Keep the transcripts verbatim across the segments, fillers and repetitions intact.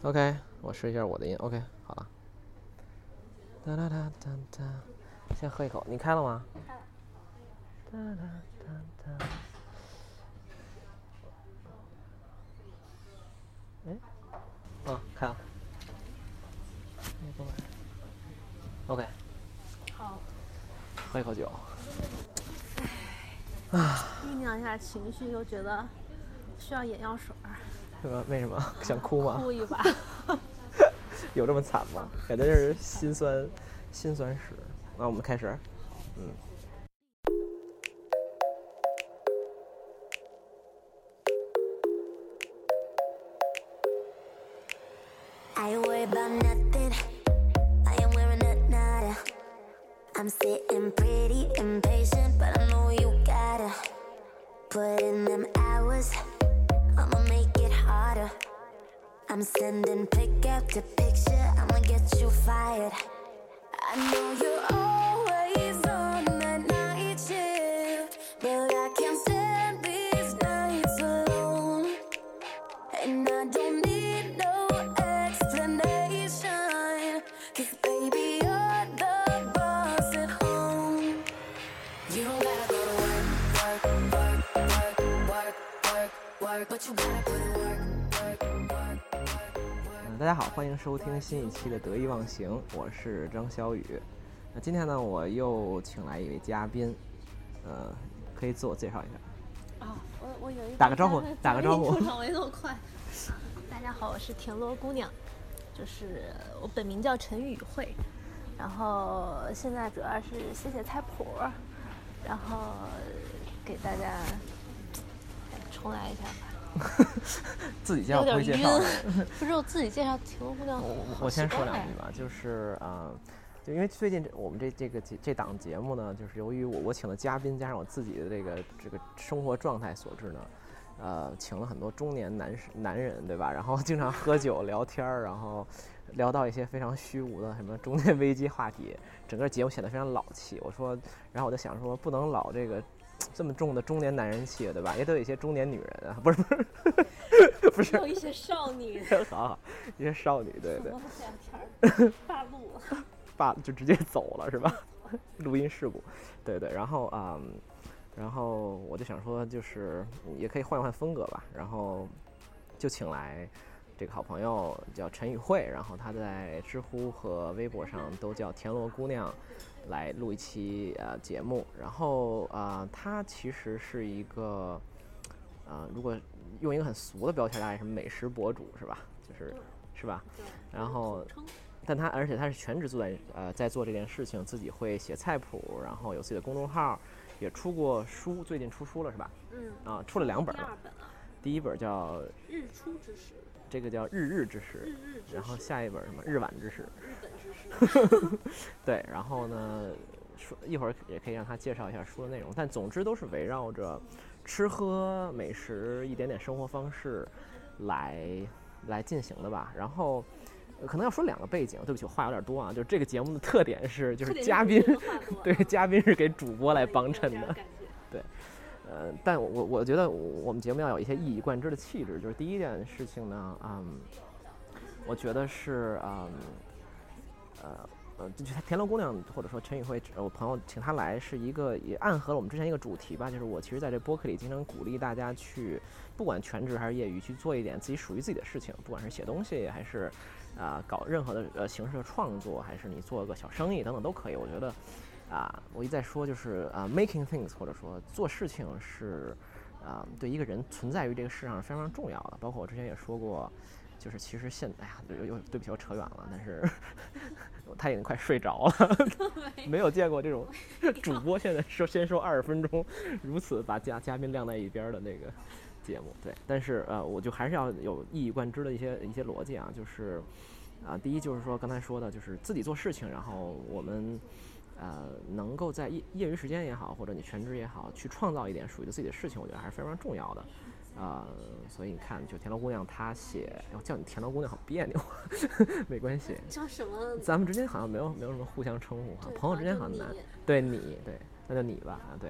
OK， 我试一下我的音。OK， 好了。哒哒哒哒哒，先喝一口。你开了吗？ 开了。 哒哒哒哒。哎，哦，开了。OK。 好。 喝一口酒。 唉，酝酿一下情绪，又觉得需要眼药水儿。 是吧？为什么？想哭吗？ 哭一把。 有这么惨吗？感觉这是心酸，心酸史。那我们开始。嗯。 I worry about nothing. I am wearing a nada. I'm sitting pretty impatient, but I know you gotta put in them hours. I'ma make it harder. I'm sending pick after picture. I'ma get you fired. I know you're always on that night shift, but I can't stand these nights alone. And I don't need no explanation, 'cause baby you're the boss at home. You don't gotta go to work, work, work, work, work, work, work, but you gotta put in work, work, work, work, work. 大家好，欢迎收听新一期的得意忘形，我是张小雨。那今天呢，我又请来一位嘉宾，呃，可以自我介绍一下。 啊、哦，我我有一打个招呼，打个招呼。 出场没那么快。大家好，我是田螺姑娘，就是我本名叫陈宇慧，然后现在主要是写写菜谱，然后给大家重来一下吧。 自己介绍不会介绍的。 不是我自己介绍田螺姑娘。 我我先说两句吧，就是啊。呃就因为最近我们这这个这档节目呢，就是由于我我请的嘉宾加上我自己的这个这个生活状态所致呢，呃，请了很多中年男男人，对吧？然后经常喝酒聊天，然后聊到一些非常虚无的什么中年危机话题，整个节目显得非常老气。我说，然后我就想说，不能老这个这么重的中年男人气，对吧？也得有一些中年女人啊，不是不是不是， 有一些少女， 好好，一些少女，对对。 聊天发怒了。 罢就直接走了是吧？录音事故，对对。然后啊、嗯，然后我就想说，就是也可以换一换风格吧。然后就请来这个好朋友叫陈宇慧，然后他在知乎和微博上都叫田螺姑娘，来录一期呃节目。然后啊、呃，他其实是一个啊、呃，如果用一个很俗的标签，大概是美食博主是吧？就是是吧？然后。但他而且他是全职做在呃在做这件事情，自己会写菜谱，然后有自己的公众号，也出过书，最近出书了是吧？ 嗯啊，出了两本了。 第二本了。 第一本叫《 日出之时》， 这个叫《日日之时》， 日日之时。 然后下一本什么《日晚之时》？ 日本之时。 对，然后呢，说一会儿也可以让他介绍一下书的内容，但总之都是围绕着吃喝美食一点点生活方式来来进行的吧，然后。可能要说两个背景，对不起，我话有点多啊。就是这个节目的特点是，就是嘉宾，对，嘉宾是给主播来帮衬的，对，呃，但我我觉得我们节目要有一些一以贯之的气质。就是第一件事情呢，嗯，我觉得是，嗯，呃。呃，就是田螺姑娘或者说陈宇慧，我朋友请她来是一个也暗合了我们之前一个主题吧，就是我其实在这播客里经常鼓励大家去，不管全职还是业余，去做一点自己属于自己的事情，不管是写东西还是啊、呃、搞任何的呃形式的创作，还是你做个小生意等等都可以。我觉得啊、呃，我一再说就是啊、呃、，making things 或者说做事情是啊、呃、对一个人存在于这个世上是非常重要的。包括我之前也说过。就是其实现哎呀，又又对不起，我扯远了，但是他已经快睡着了，没有见过这种主播现在说先说二十分钟，如此把嘉嘉宾晾在一边的那个节目。对，但是呃，我就还是要有一以贯之的一些一些逻辑啊，就是啊、呃，第一就是说刚才说的，就是自己做事情，然后我们呃能够在业业余时间也好，或者你全职也好，去创造一点属于自己的事情，我觉得还是非常重要的。啊、呃，所以你看，就田螺姑娘她写，要叫你田螺姑娘好别扭，没关系。 叫什么？ 咱们之间好像没有没有什么互相称呼哈，朋友之间好像难。对你对，那就你吧啊对。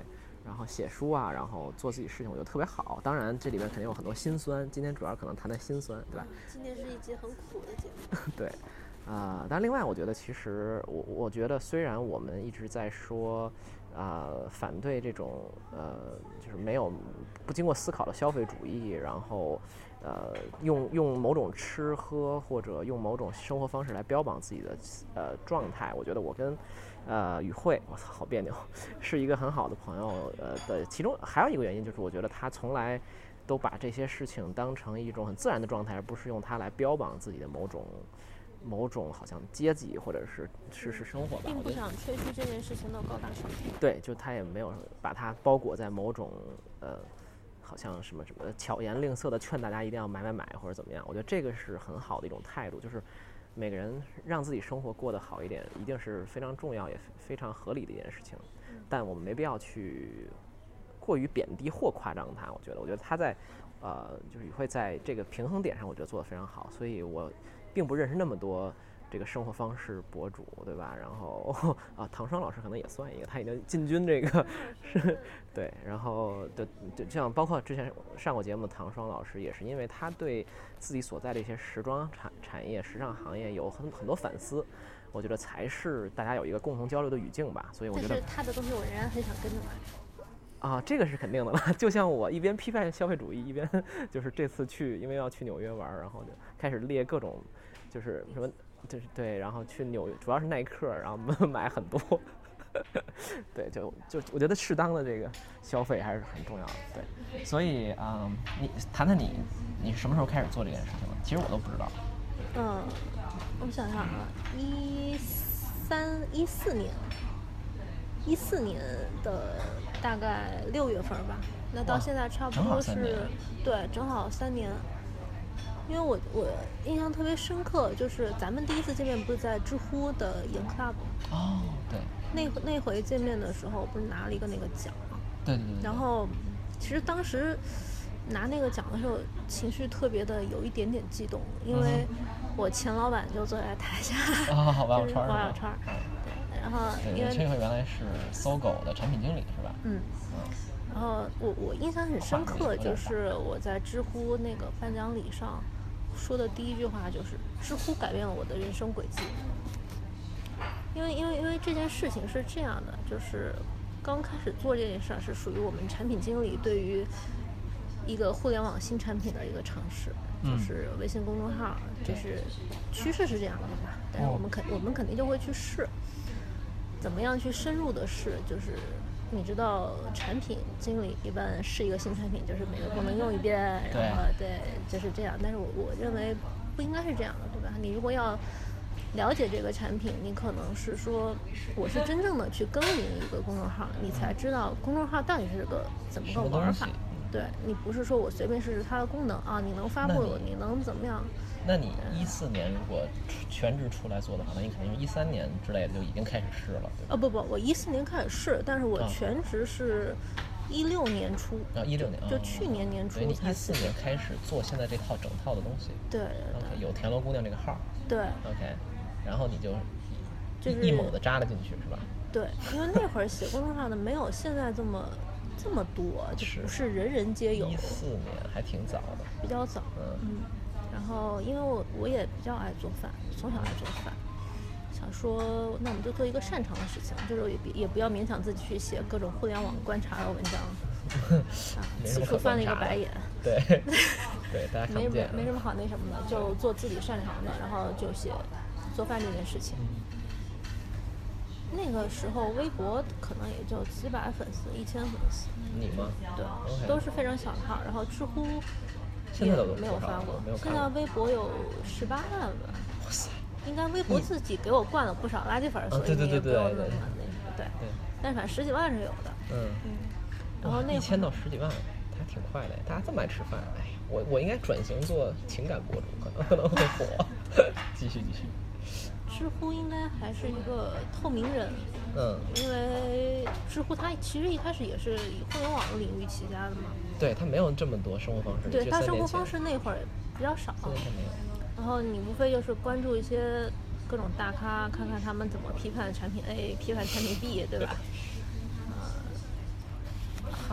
然后写书啊，然后做自己事情，我觉得特别好。当然这里面肯定有很多辛酸，今天主要可能谈谈辛酸，对吧？ 今天是一集很苦的节目。 对，啊、呃，但另外我觉得其实我我觉得虽然我们一直在说，啊、呃，反对这种呃就是没有不经过思考的消费主义，然后呃用用某种吃喝或者用某种生活方式来标榜自己的呃状态，我觉得我跟呃，与会，我操，好别扭，是一个很好的朋友。呃的，其中还有一个原因就是，我觉得他从来都把这些事情当成一种很自然的状态，而不是用它来标榜自己的某种某种好像阶级或者是是是生活吧。 并不想吹嘘这件事情的高大上。 对，就他也没有把它包裹在某种呃，好像什么什么巧言令色的劝大家一定要买买买或者怎么样。我觉得这个是很好的一种态度，就是。每个人让自己生活过得好一点，一定是非常重要也非常合理的一件事情，但我们没必要去过于贬低或夸张它。我觉得，我觉得他在，呃，就是会在这个平衡点上，我觉得做得非常好。所以我并不认识那么多这个生活方式博主，对吧？然后啊，唐双老师可能也算一个，他已经进军这个是，对。然后就就这样，包括之前上过节目的唐双老师，也是因为他对自己所在的一些时装产产业、时尚行业有很很多反思，我觉得才是大家有一个共同交流的语境吧。所以我觉得， 但是他的东西我仍然很想跟着买。 啊，这个是肯定的了。就像我一边批判消费主义，一边就是这次去，因为要去纽约玩，然后就开始列各种，就是什么。就是对，然后去纽约，主要是耐克，然后买很多。对，就就我觉得适当的这个消费还是很重要的。对，所以嗯，你谈谈你，你什么时候开始做这件事情的？其实我都不知道。 嗯，我想想啊，一三一四年，一四年的大概六月份吧，那到现在差不多是，对，正好三年。因为我我印象特别深刻，就是咱们第一次见面不是在知乎的研 club 哦，对， 那那回见面的时候不是拿了一个那个奖吗？ 对对对。 然后其实当时拿那个奖的时候，情绪特别的有一点点激动，因为我前老板就坐在台下， 哦，好吧，我川王小川，对，然后因为这个原来是搜狗的产品经理是吧？ 嗯。然后我我印象很深刻，就是我在知乎那个颁奖礼上说的第一句话就是知乎改变了我的人生轨迹。因为因为因为这件事情是这样的，就是刚开始做这件事是属于我们产品经理对于一个互联网新产品的一个尝试，就是微信公众号，就是趋势是这样的嘛，但是我们肯我们肯定就会去试，怎么样去深入的试，就是你知道产品经理一般试一个新产品就是每个功能用一遍，然后对就是这样，但是我我认为不应该是这样的，对吧？你如果要了解这个产品，你可能是说我是真正的去耕耘一个公众号，你才知道公众号到底是个怎么个玩法。对，你不是说我随便试试它的功能啊，你能发布，你能怎么样？ 那你一四年如果全职出来做的话，那你肯定是一三年之类的就已经开始试了，对吧？ 哦不不，我一四年开始试，但是我全职是一六年初。 啊，一六年就去年年初才。 一四年开始做现在这套整套的东西。 对。 OK， 有田螺姑娘这个号。 对。 OK， 然后你就就是一猛的扎了进去，是吧？ 对，因为那会儿写公众号的没有现在这么这么多，就不是人人皆有。 一四年还挺早的。 比较早。 嗯。 嗯然后，因为我我也比较爱做饭，从小爱做饭，想说那我们就做一个擅长的事情，就是也也不要勉强自己去写各种互联网观察的文章，啊，起初翻了一个白眼， 对，对，大家看不见， 没什么没什么好那什么的，就做自己擅长的，然后就写做饭这件事情。那个时候微博可能也就几百粉丝，一千粉丝。 你吗？ 对， okay. 都是非常小的号，然后知乎。 现在都没有发过， 没有现在微博有十八万吧。 哇塞！ 应该微博自己给我灌了不少垃圾粉，所以你也不用那么那什么。对，但是反正十几万是有的。 嗯嗯。 然后那一千到十几万，还挺快的。大家这么爱吃饭，哎呀，我我应该转型做情感博主，可能可能会火。继续继续。 知乎应该还是一个透明人。 嗯。因为知乎它其实一开始也是以互联网的领域起家的嘛。 对，它没有这么多生活方式。 对，它生活方式那会儿比较少。然后你无非就是关注一些各种大咖，看看他们怎么批判产品 A， 批判产品 B， 对吧？呃，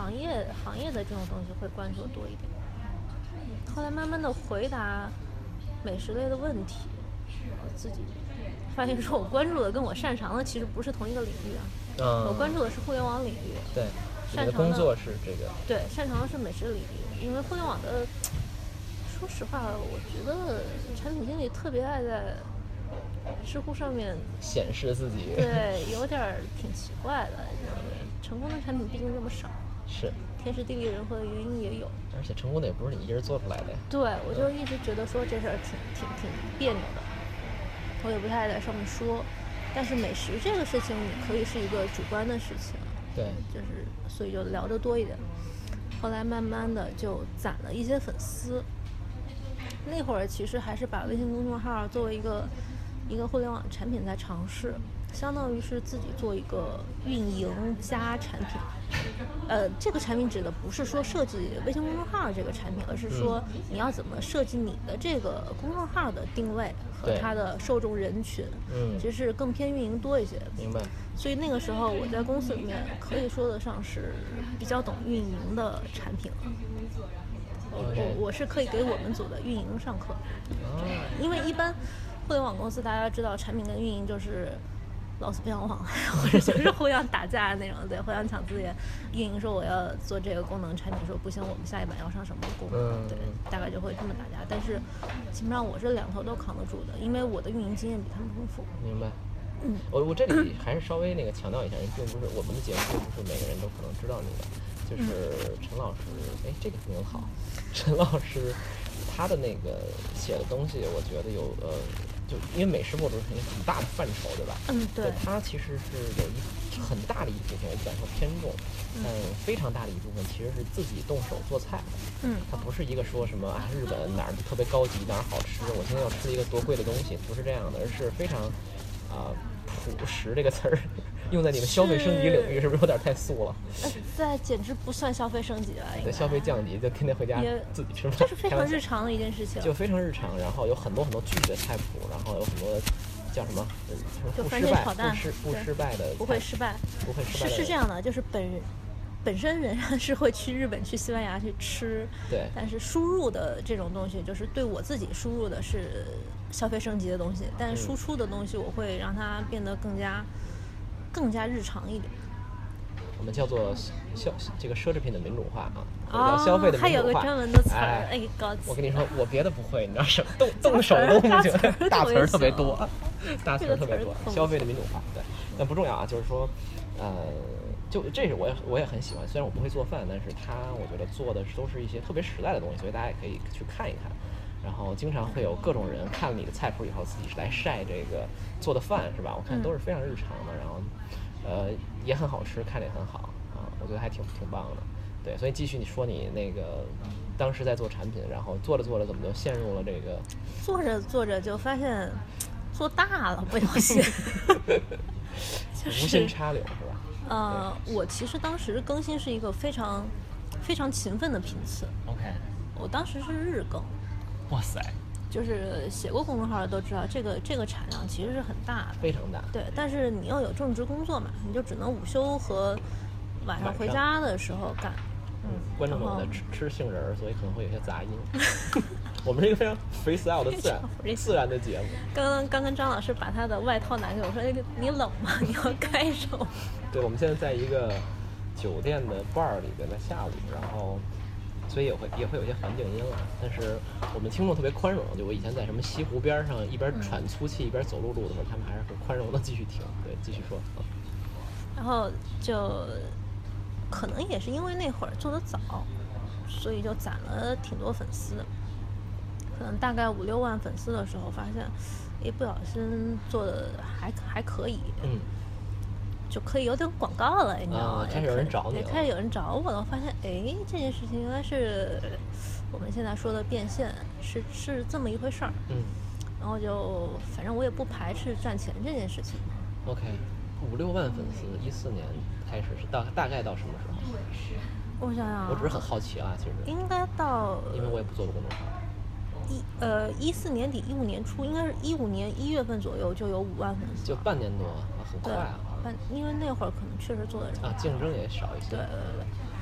行业行业的这种东西会关注的多一点。后来慢慢的回答美食类的问题，我自己发现说我关注的跟我擅长的其实不是同一个领域啊。 嗯， 我关注的是互联网领域。 对， 擅长的工作是这个。 对，擅长的是美食领域，因为互联网的，说实话，我觉得产品经理特别爱在知乎上面显示自己， 对，有点挺奇怪的。成功的产品毕竟这么少， 是天时地利人和的原因也有， 而且成功的也不是你一人做出来的呀。 对，我就一直觉得说这事儿挺挺挺别扭的，我也不太爱在上面说。但是美食这个事情，你可以是一个主观的事情， 对， 就是所以就聊得多一点。后来慢慢的就攒了一些粉丝。那会儿其实还是把微信公众号作为一个一个互联网产品在尝试，相当于是自己做一个运营加产品。呃，这个产品指的不是说设计微信公众号这个产品，而是说你要怎么设计你的这个公众号的定位和它的受众人群。 嗯， 其实是更偏运营多一些。 明白。 所以那个时候我在公司里面可以说得上是比较懂运营的产品了。我我是可以给我们组的运营上课，因为一般互联网公司大家知道产品跟运营就是老死不相往来，或者就是互相打架那种，对，互相抢资源。运营说我要做这个功能，产品说不行，我们下一版要上什么功能，对，大概就会这么打架。但是基本上我是两头都扛得住的，因为我的运营经验比他们丰富。 明白。 嗯， 我我这里还是稍微那个强调一下，并不是我们的节目并不是每个人都可能知道你的，就是陈老师，哎，这个名好，陈老师他的那个写的东西，我觉得有呃，就因为美食博主是一个很大的范畴，对吧？ 嗯，对。 他其实是有一很大的一部分，我不敢说偏重，但非常大的一部分其实是自己动手做菜。 嗯， 他不是一个说什么啊日本哪儿特别高级哪儿好吃，我今天要吃一个多贵的东西，不是这样的，而是非常啊。呃朴实这个词儿用在你们消费升级领域是不是有点太素了？ 在简直不算消费升级了， 对，消费降级就天天回家自己吃饭， 这是非常日常的一件事情， 就非常日常。然后有很多很多具体的菜谱，然后有很多叫什么就不失败、 不失不失败的， 不会失败， 不会失败的。 是是这样的，就是本人本身仍然是会去日本、去西班牙去吃， 对。 但是输入的这种东西，就是对我自己输入的是消费升级的东西，但输出的东西我会让它变得更加、嗯、更加日常一点。 我们叫做消这个奢侈品的民主化啊，哦、叫消费的民主化。 还有个专门的词儿， 哎， 哎高级。 我跟你说，我别的不会，你知道什么？动动手都不觉得大词儿特别多，大词儿特别多。消费的民主化，对，但不重要啊，就是说，呃。就这是我也我也很喜欢，虽然我不会做饭，但是他我觉得做的都是一些特别实在的东西，所以大家也可以去看一看。然后经常会有各种人看了你的菜谱以后，自己来晒这个做的饭，是吧？我看都是非常日常的，然后呃也很好吃，看着也很好啊，我觉得还挺挺棒的。对，所以继续你说你那个当时在做产品，然后做着做着怎么就陷入了这个？ 做着做着就发现做大了，不小心， 就是、无心插柳是吧？ 呃，我其实当时更新是一个非常非常勤奋的频次。 OK， 我当时是日更。 哇塞！ 就是写过公众号的都知道，这个这个产量其实是很大的， 非常大。 对，但是你要有正职工作嘛，你就只能午休和晚上回家的时候干。 嗯，观众们在吃吃杏仁，所以可能会有些杂音。我们是一个非常 freestyle 的自然自然的节目。 刚刚刚跟张老师把他的外套拿给我说：“哎，你冷吗？你要盖上。” 对，我们现在在一个酒店的 bar 里边，在下午，然后所以也会也会有些环境音了。但是我们听众特别宽容，就我以前在什么西湖边上一边喘粗气一边走路路的时候，他们还是很宽容的继续听。对，继续说。 然后就可能也是因为那会儿做得早，所以就攒了挺多粉丝。可能大概五六万粉丝的时候，发现，哎，不小心做的还还可以， 嗯， 就可以有点广告了，你知道吗？ 啊、开始有人找你了， 开始有人找我了，发现，哎，这件事情原来是我们现在说的变现，是是这么一回事儿， 嗯， 然后就反正我也不排斥赚钱这件事情。 OK， 五六万粉丝，一四年开始是大大概到什么时候？ 我想想， 我只是很好奇啦，其实应该到， 因为我也不做过公众号。 一呃一四年底一五年初，应该是一五年一月份左右就有五万粉丝， 就半年多，啊、很快啊。 半因为那会儿可能确实做的人啊，竞争也少一些。 对对对。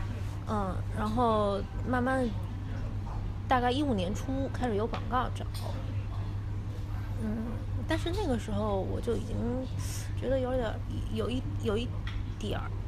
嗯，然后慢慢大概一五年初开始有广告找，嗯，但是那个时候我就已经觉得有点有一有一点儿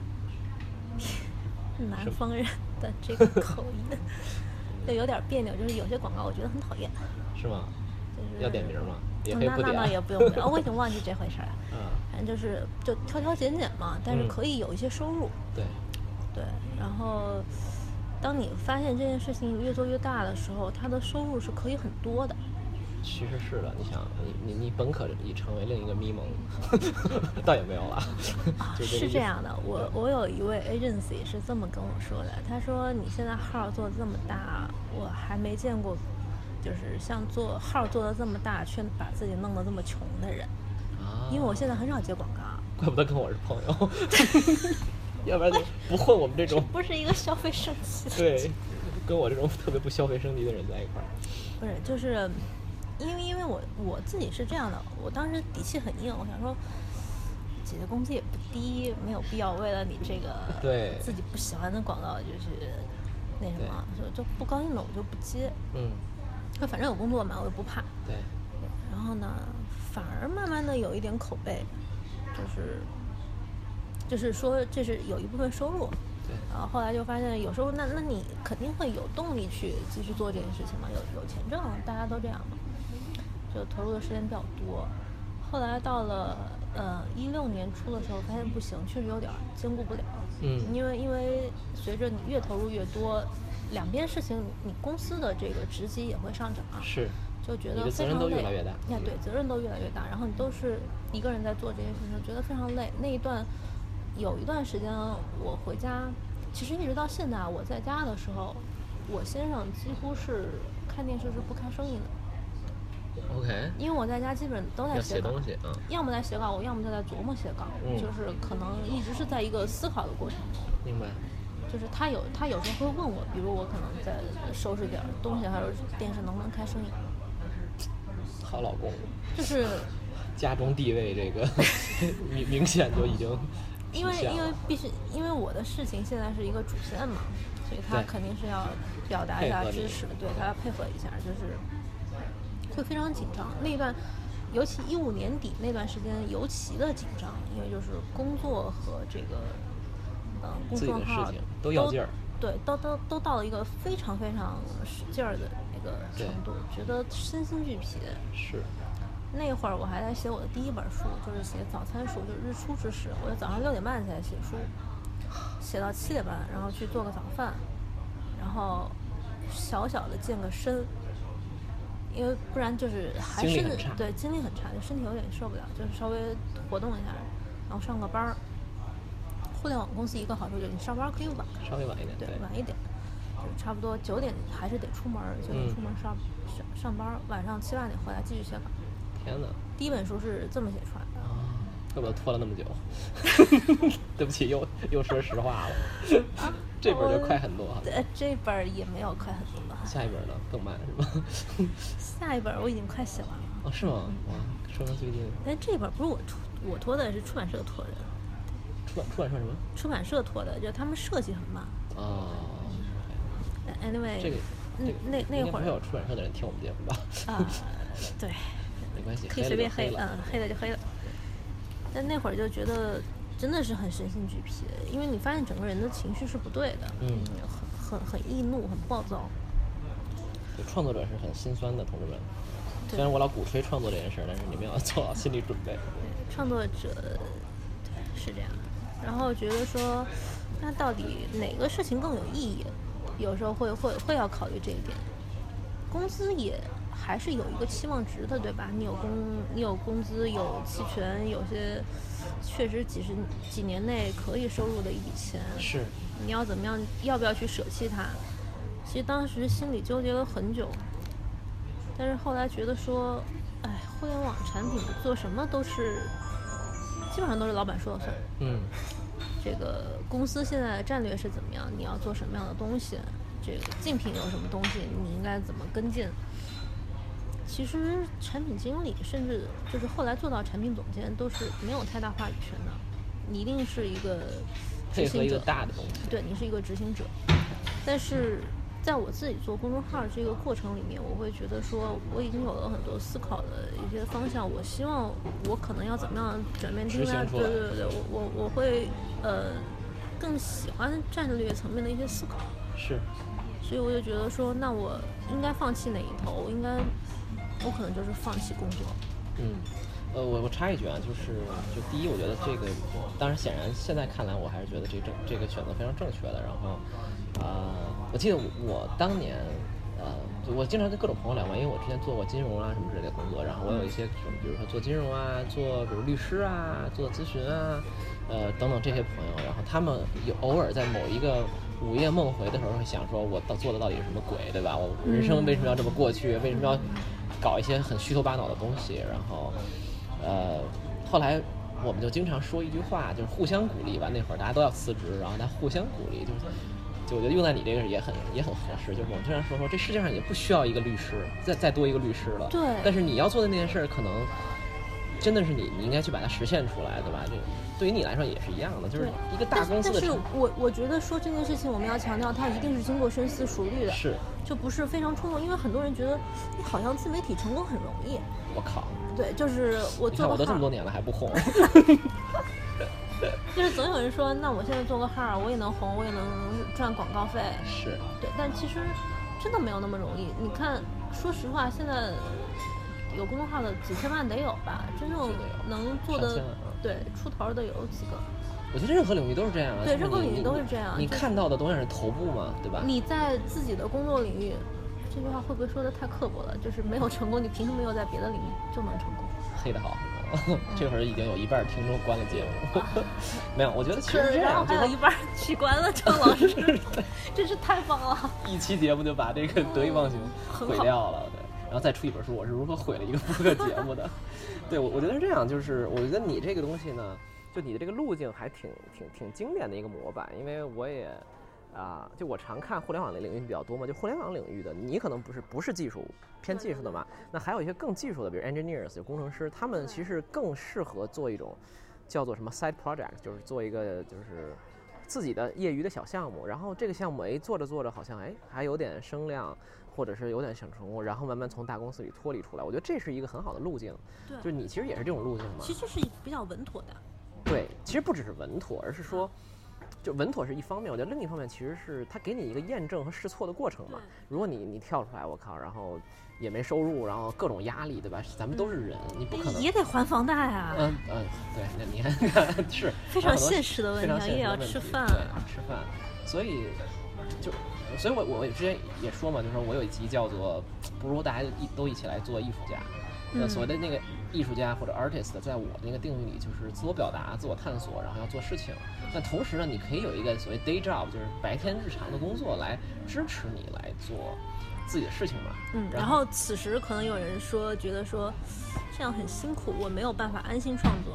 南方人的这个口音，就有点别扭，就是有些广告我觉得很讨厌。 是吗？ 就是要点名吗？也可以不点。 那那也不用点、哦，我已经忘记这回事了。 嗯， 反正就是就挑挑拣拣嘛，但是可以有一些收入。 嗯、对。 对，然后当你发现这件事情越做越大的时候，它的收入是可以很多的。 其实是的，你想，你你你本可以成为另一个咪蒙，倒也没有了。 啊， 是这样的，我我有一位 agency 是这么跟我说的，他说你现在号做这么大，我还没见过，就是像做号做的这么大，却把自己弄得这么穷的人。啊，因为我现在很少接广告。 怪不得跟我是朋友。要不然就不混我们这种不是一个消费升级的。 对，跟我这种特别不消费升级的人在一块儿。 不是，就是因为因为我我自己是这样的，我当时底气很硬，我想说，姐姐工资也不低，没有必要为了你这个对自己不喜欢的广告就是那什么，就就不高兴了我就不接。 嗯， 那反正有工作嘛，我也不怕。 对。 然后呢，反而慢慢的有一点口碑，就是。就是说，这是有一部分收入， 对。 然后后来就发现，有时候那那你肯定会有动力去继续做这件事情嘛，有有钱挣，大家都这样嘛，就投入的时间比较多。后来到了呃一六年初的时候，发现不行，确实有点兼顾不了。 嗯。 因为因为随着你越投入越多，两边事情你公司的这个职级也会上涨。 是。 就觉得你的责任都越来越大。 呀，对，责任都越来越大，然后你都是一个人在做这件事情，觉得非常累。那一段。有一段时间我回家，其实一直到现在我在家的时候，我先生几乎是看电视是不开声音的。 OK。 因为我在家基本都在写东西，嗯， 要么在写稿，我要么就在琢磨写稿， 嗯， 就是可能一直是在一个思考的过程。 明白。 就是他有他有时候会问我，比如我可能在收拾点东西，还有电视能不能开声音。 好老公。 就是家中地位这个明明显就已经。 因为因为必须，因为我的事情现在是一个主线嘛，所以他肯定是要表达一下支持，对他要配合一下，就是会非常紧张。那段，尤其一五年底那段时间尤其的紧张，因为就是工作和这个呃公众号都要劲儿， 对，都都都到了一个非常非常使劲儿的那个程度，觉得身心俱疲。 是。 那会儿我还在写我的第一本书，就是写早餐书，就是日出之时。我就早上六点半起来写书，写到七点半，然后去做个早饭，然后小小的健个身，因为不然就是还是对精力很差，就身体有点受不了，就是稍微活动一下，然后上个班儿。互联网公司一个好处就是你上班可以晚， 稍微晚一点， 对，晚一点，就差不多九点还是得出门，九点出门上、嗯、上上班，晚上七八点回来继续写稿。 天哪！ 第一本书是这么写出来的。 啊，怪不得拖了那么久。对不起，又又说实话了。啊、这本就快很多了。 对，这本也没有快很多。 下一本呢？更慢是吧？ 下一本我已经快写完了。 哦，是吗？哇，说明最近。 但这本不是我拖，我拖的是出版社拖的。 出版出版社什么？ 出版社拖的，就他们设计很慢。 哦。 Anyway， 这个， 嗯，那那会儿没有出版社的人听我们节目吧？ 啊，对。 没关系， 可以随便黑了，嗯，黑了就黑了。但那会儿就觉得真的是很身心俱疲，因为你发现整个人的情绪是不对的， 嗯， 很很很易怒，很暴躁。 对，创作者是很心酸的，同志们。虽然我老鼓吹创作这件事，但是你们要做好心理准备。 对，创作者是这样的。然后觉得说，那到底哪个事情更有意义？有时候会会会要考虑这一点。公司也。还是有一个期望值的，对吧？你有工，你有工资，有期权，有些确实几十几年内可以收入的一笔钱。 是。 你要怎么样？要不要去舍弃它？其实当时心里纠结了很久，但是后来觉得说，哎，互联网产品做什么都是，基本上都是老板说了算。 嗯。 这个公司现在的战略是怎么样？你要做什么样的东西？这个竞品有什么东西？你应该怎么跟进？其实产品经理甚至就是后来做到产品总监都是没有太大话语权的，你一定是一个执行者， 配合一个大的东西。 对，你是一个执行者。但是在我自己做公众号这个过程里面，我会觉得说我已经有了很多思考的一些方向，我希望我可能要怎么样转变定位，对对对对，我我我会呃更喜欢战略层面的一些思考。 是。 所以我就觉得说，那我应该放弃哪一头？应该，我可能就是放弃工作。 嗯，呃，我我插一句啊，就是就第一，我觉得这个，当然显然现在看来，我还是觉得这正这个选择非常正确的。然后，呃，我记得我, 我当年，呃，就我经常跟各种朋友聊嘛，因为我之前做过金融啊什么之类的工作，然后我有一些什么，比如说做金融啊，做比如律师啊，做咨询啊，呃等等这些朋友，然后他们有偶尔在某一个午夜梦回的时候会想说，我到做的到底是什么鬼，对吧？我人生为什么要这么过去？为什么要搞一些很虚头巴脑的东西？然后，呃，后来我们就经常说一句话，就是互相鼓励吧。那会儿大家都要辞职，然后大家互相鼓励，就是就我觉得用在你这个也很也很合适。就是我们经常说说，这世界上也不需要一个律师，再再多一个律师了。 对。 但是你要做的那件事，可能真的是你你应该去把它实现出来，对吧？这对于你来说也是一样的，就是一个大公司的。 但是我我觉得说这件事情，我们要强调，它一定是经过深思熟虑的， 是， 就不是非常冲动。因为很多人觉得，你好像自媒体成功很容易。 我靠！ 对，就是我做个号，你看我都这么多年了还不红。 就是总有人说，那我现在做个号，我也能红，我也能赚广告费。 是。对， 但其实真的没有那么容易。你看，说实话，现在有公众号的几千万得有吧，真正能做的。对，出头的有几个。 我觉得任何领域都是这样啊。 对，任何领域都是这样。 你看到的东西是头部嘛，对吧？ 你在自己的工作领域，这句话会不会说的太刻薄了？就是没有成功，你凭什么没有在别的领域就能成功？ 黑的好，这会儿已经有一半听众关了节目。没有，我觉得其实是这样， 还有一半取关了张老师，真是太棒了！ 一期节目就把这个得意忘形毁掉了，对。然后再出一本书，我是如何毁了一个播客节目的。对，我我觉得是这样，就是我觉得你这个东西呢，就你的这个路径还挺挺挺经典的一个模板，因为我也啊、呃，就我常看互联网的领域比较多嘛，就互联网领域的，你可能不是不是技术偏技术的嘛，那还有一些更技术的，比如 engineers 就工程师，他们其实更适合做一种叫做什么 side project， 就是做一个就是自己的业余的小项目，然后这个项目哎做着做着好像哎还有点声量。或者是有点想成功，然后慢慢从大公司里脱离出来，我觉得这是一个很好的路径。 对， 就是你其实也是这种路径嘛。 其实是比较稳妥的。 对，其实不只是稳妥，而是说，就稳妥是一方面，我觉得另一方面其实是它给你一个验证和试错的过程嘛。如果你你跳出来，我靠，然后也没收入，然后各种压力，对吧？咱们都是人，嗯、你不可能也得还房贷啊。 嗯嗯，对，那你看是非常现实的问题，也要吃饭， 对，吃饭，所以就。所以我，我我之前也说嘛，就是说我有一集叫做“不如大家一都一起来做艺术家”。那、嗯、所谓的那个艺术家或者 artist， 在我那个定义里就是自我表达、自我探索，然后要做事情。但同时呢，你可以有一个所谓 day job， 就是白天日常的工作来支持你来做自己的事情嘛。 嗯。然后此时可能有人说，觉得说这样很辛苦，我没有办法安心创作。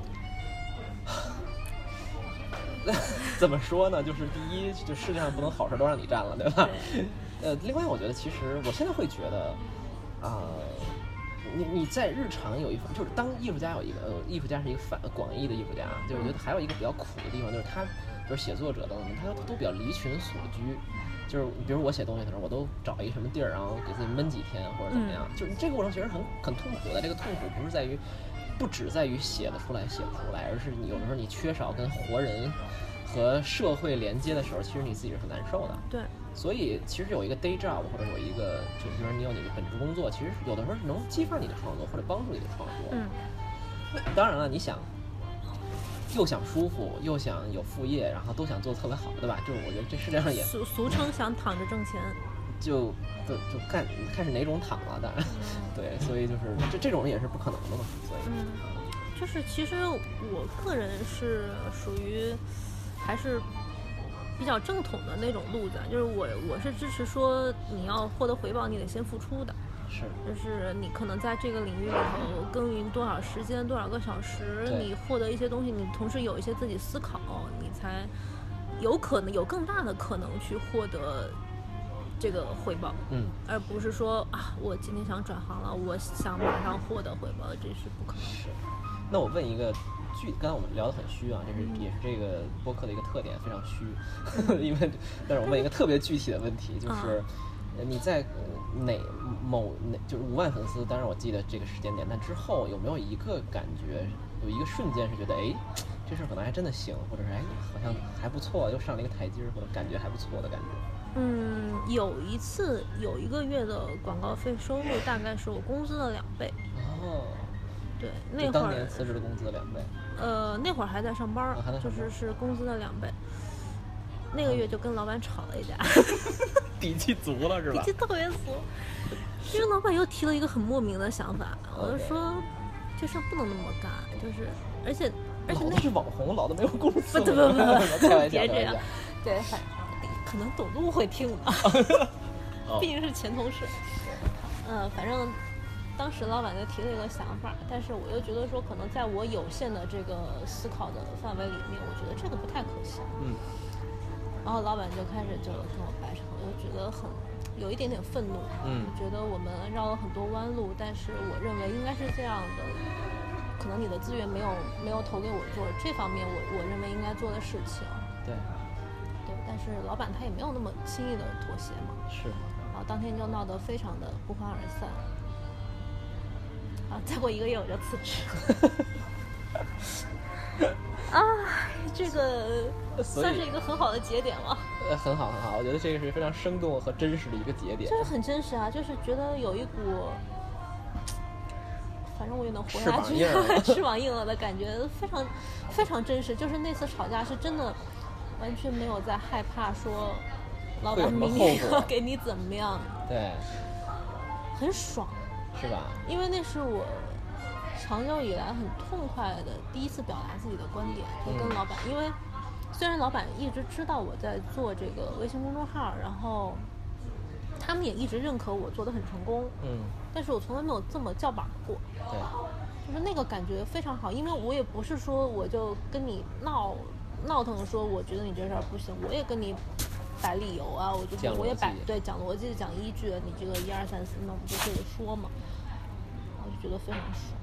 怎么说呢？就是第一，就世界上不能好事都让你占了，对吧？ 对呃，另外，我觉得其实我现在会觉得，啊、呃，你你在日常有一份，就是当艺术家有一个，呃，艺术家是一个泛广义的艺术家，就我觉得还有一个比较苦的地方，就是他，比如写作者等等，他都比较离群所居。就是比如我写东西的时候，我都找一个什么地儿，然后给自己闷几天或者怎么样。嗯、就是这个过程其实很很痛苦的。这个痛苦不是在于。不只在于写得出来写不出来，而是你有的时候你缺少跟活人和社会连接的时候，其实你自己是很难受的。 对， 所以其实有一个 day job 或者有一个，就比如说你有你的本职工作，其实有的时候是能激发你的创作或者帮助你的创作。 嗯， 当然了，你想又想舒服又想有副业，然后都想做得特别好，对吧？就是我觉得这世界上也俗俗称想躺着挣钱。 就就就看看是哪种躺了，当然，对，所以就是这这种也是不可能的嘛，所以， 嗯，就是其实我个人是属于还是比较正统的那种路子，就是我我是支持说你要获得回报，你得先付出的， 是， 就是你可能在这个领域里头耕耘多少时间，多少个小时，你获得一些东西，你同时有一些自己思考，你才有可能有更大的可能去获得。 这个回报， 嗯， 而不是说啊，我今天想转行了，我想马上获得回报，这是不可能。 是。那我问一个具，刚才我们聊得很虚啊，这是、嗯、也是这个播客的一个特点，非常虚。因为，但是我问一个特别具体的问题，就是、嗯、你在哪某哪就是五万粉丝，当然我记得这个时间点，但之后有没有一个感觉，有一个瞬间是觉得，哎，这事儿可能还真的行，或者是哎好像还不错，又上了一个台阶，或者感觉还不错的感觉。 嗯，有一次有一个月的广告费收入大概是我工资的两倍。 哦。 对，那会儿当年辞职的工资的两倍。 呃，那会儿还在上班， 哦、还在上班就是是工资的两倍。那个月就跟老板吵了一架。 底气足了是吧？ 底气特别足，因为老板又提了一个很莫名的想法， okay. 我就说这事不能那么干，就是而且而且那是网红，老的没有公司。 不不不不， 开玩笑， 别这样。对，可能董路会听的，毕竟是前同事。嗯、呃，反正。当时老板就提了一个想法，但是我又觉得说，可能在我有限的这个思考的范围里面，我觉得这个不太可行。 嗯。 然后老板就开始就跟我掰扯，我就觉得很有一点点愤怒。 嗯。 觉得我们绕了很多弯路，但是我认为应该是这样的，可能你的资源没有没有投给我做这方面我，我认为应该做的事情。 对。 对，但是老板他也没有那么轻易的妥协嘛。 是。 然后当天就闹得非常的不欢而散。啊！再过一个月我就辞职。啊，这个算是一个很好的节点了。 呃，很好很好，我觉得这个是非常生动和真实的一个节点。 就是很真实啊，就是觉得有一股，反正我也能活下去，翅膀硬了的感觉，非常非常真实。就是那次吵架是真的，完全没有在害怕说老板明天要给你怎么样。 对， 很爽。 是吧？ 因为那是我长久以来很痛快的第一次表达自己的观点，就跟老板、嗯、因为虽然老板一直知道我在做这个微信公众号，然后他们也一直认可我做得很成功， 嗯， 但是我从来没有这么叫板过。 对， 就是那个感觉非常好，因为我也不是说我就跟你闹闹腾说我觉得你这事儿不行，我也跟你摆理由啊，我就我也摆对讲逻辑讲依据，你这个一二三四，那我们就接着说嘛，我就觉得非常爽。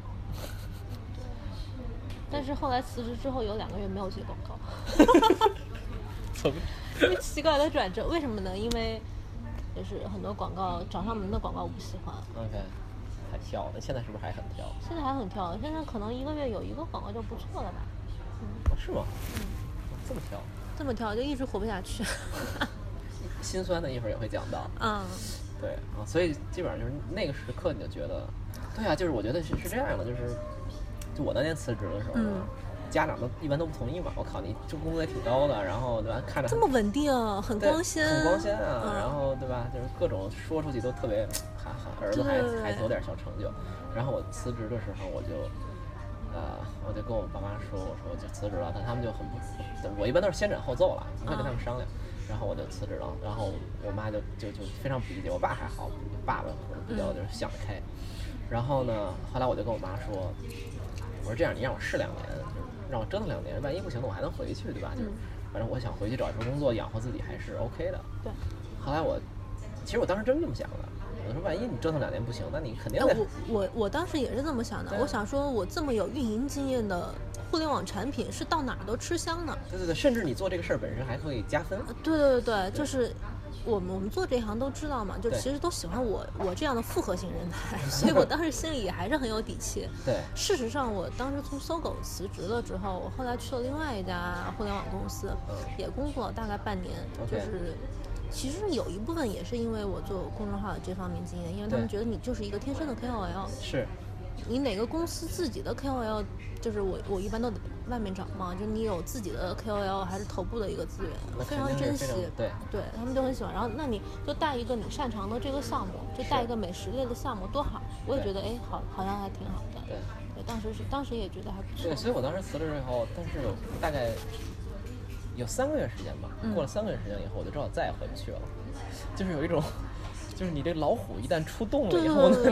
但是后来辞职之后有两个月没有接广告， 怎么？ 因为奇怪的转折，为什么呢？因为就是很多广告找上门的广告我不喜欢。 OK， 还挑了，现在是不是还很挑？ 现在还很挑，现在可能一个月有一个广告就不错了吧？ 嗯，是吗？ 嗯， 这么挑？ 这么挑就一直活不下去。 心酸的一会儿也会讲到。 嗯， 对啊，所以基本上就是那个时刻你就觉得，对啊，就是我觉得是是这样的，就是就我当年辞职的时候，嗯、家长都一般都不同意嘛。我靠，你这工资也挺高的，然后对吧？看着这么稳定，很光鲜， 很光鲜啊、嗯。然后对吧？就是各种说出去都特别，哈哈，儿子还还有点小成就。然后我辞职的时候，我就。呃，我就跟我爸妈说，我说我就辞职了，但他们就很不，我一般都是先斩后奏了，不会跟他们商量。然后我就辞职了，然后我妈就就就非常不理解，我爸还好，爸爸比较就是想得开。然后呢，后来我就跟我妈说，我说这样，你让我试两年，就是让我折腾两年，万一不行的我还能回去，对吧？就是反正我想回去找一份工作养活自己还是 OK 的。 对。 后来我，其实我当时真这么想的。我说万一你折腾两年不行，那你肯定得。 我我我当时也是这么想的，我想说我这么有运营经验的互联网产品是到哪儿都吃香的。 对对对，甚至你做这个事儿本身还可以加分。 对对对对，就是我们我们做这一行都知道嘛，就其实都喜欢我我这样的复合型人才，所以我当时心里也还是很有底气。 对， 事实上我当时从搜狗辞职了之后，我后来去了另外一家互联网公司，嗯、也工作了大概半年， okay. 就是。其实有一部分也是因为我做公众号的这方面经验，因为他们觉得你就是一个天生的 K O L。 是。 你哪个公司自己的 K O L， 就是我我一般都得外面找嘛，就你有自己的 K O L 还是头部的一个资源，非常珍惜。 对。 对他们就很喜欢。然后那你就带一个你擅长的这个项目，就带一个美食类的项目多好。我也觉得哎，好，好像还挺好的。 对。 对，当时是当时也觉得还不错。 对，所以我当时辞职以后，但是有大概有三个月时间吧，过了三个月时间以后，我就知道再也回不去了。就是有一种，就是你这老虎一旦出洞了以后呢，你就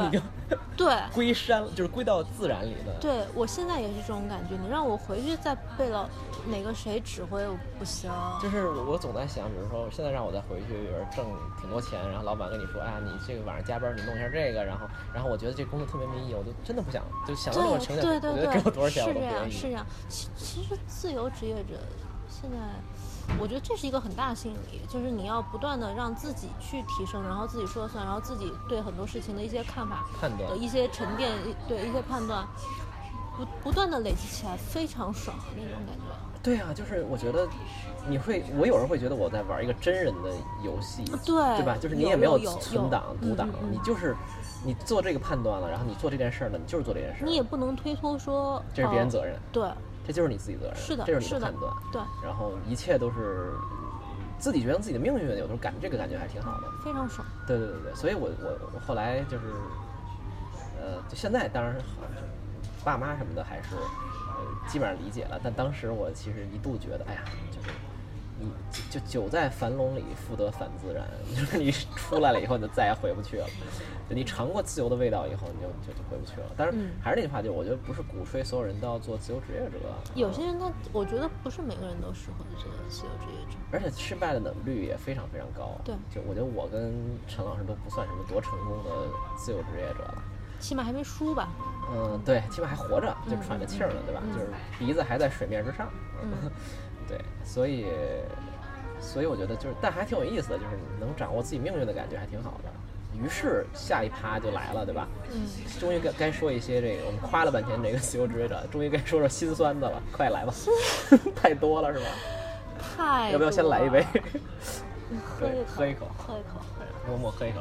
对， 归山就是归到自然里的。 对，我现在也是这种感觉。你让我回去再被了哪个谁指挥，我不行。 就是我总在想，比如说现在让我再回去，比如挣挺多钱，然后老板跟你说，哎呀，你这个晚上加班，你弄一下这个，然后然后我觉得这工作特别没意义，我就真的不想，就想到这种情景， 对对对对， 我觉得给我多少钱我是这样， 都不愿意。 是这样。其其实自由职业者现在。我觉得这是一个很大的心理，就是你要不断的让自己去提升，然后自己说了算，然后自己对很多事情的一些看法、 判断的一些沉淀，对一些判断，不不断的累积起来，非常爽那种感觉。 对啊，就是我觉得你会，我有人会觉得我在玩一个真人的游戏， 对对吧？就是你也没有存档、读档， 嗯嗯嗯你就是你做这个判断了，然后你做这件事儿呢，你就是做这件事儿， 你也不能推脱说这是别人责任， 哦、对。 这就是你自己责任， 是的， 这是你的判断， 对， 然后一切都是自己决定自己的命运，有时候感这个感觉还挺好的， 非常爽。 对对对对，所以我我我后来就是，呃，就现在当然好，爸妈什么的还是呃基本上理解了，但当时我其实一度觉得，哎呀，就是你就久在樊笼里，复得返自然，就是你出来了以后，你就再也回不去了。就你尝过自由的味道以后，你就就就回不去了。但是还是那句话，就我觉得不是鼓吹所有人都要做自由职业者。 有些人他，我觉得不是每个人都适合做自由职业者， 而且失败的率也非常非常高。 对， 就我觉得我跟陈老师都不算什么多成功的自由职业者了。 起码还没输吧？ 嗯，对，起码还活着，就喘着气儿呢，对吧？ 嗯、 就是鼻子还在水面之上。 嗯， 对，所以，所以我觉得就是，但还挺有意思的，就是你能掌握自己命运的感觉还挺好的。于是下一趴就来了，对吧？ 嗯， 终于该该说一些这个，我们夸了半天这个自由职业者，终于该说说心酸的了，快来吧！太多了是吧？ 太多了， 要不要先来一杯？ 喝一口， 喝一口， 喝一口， 默默喝一口。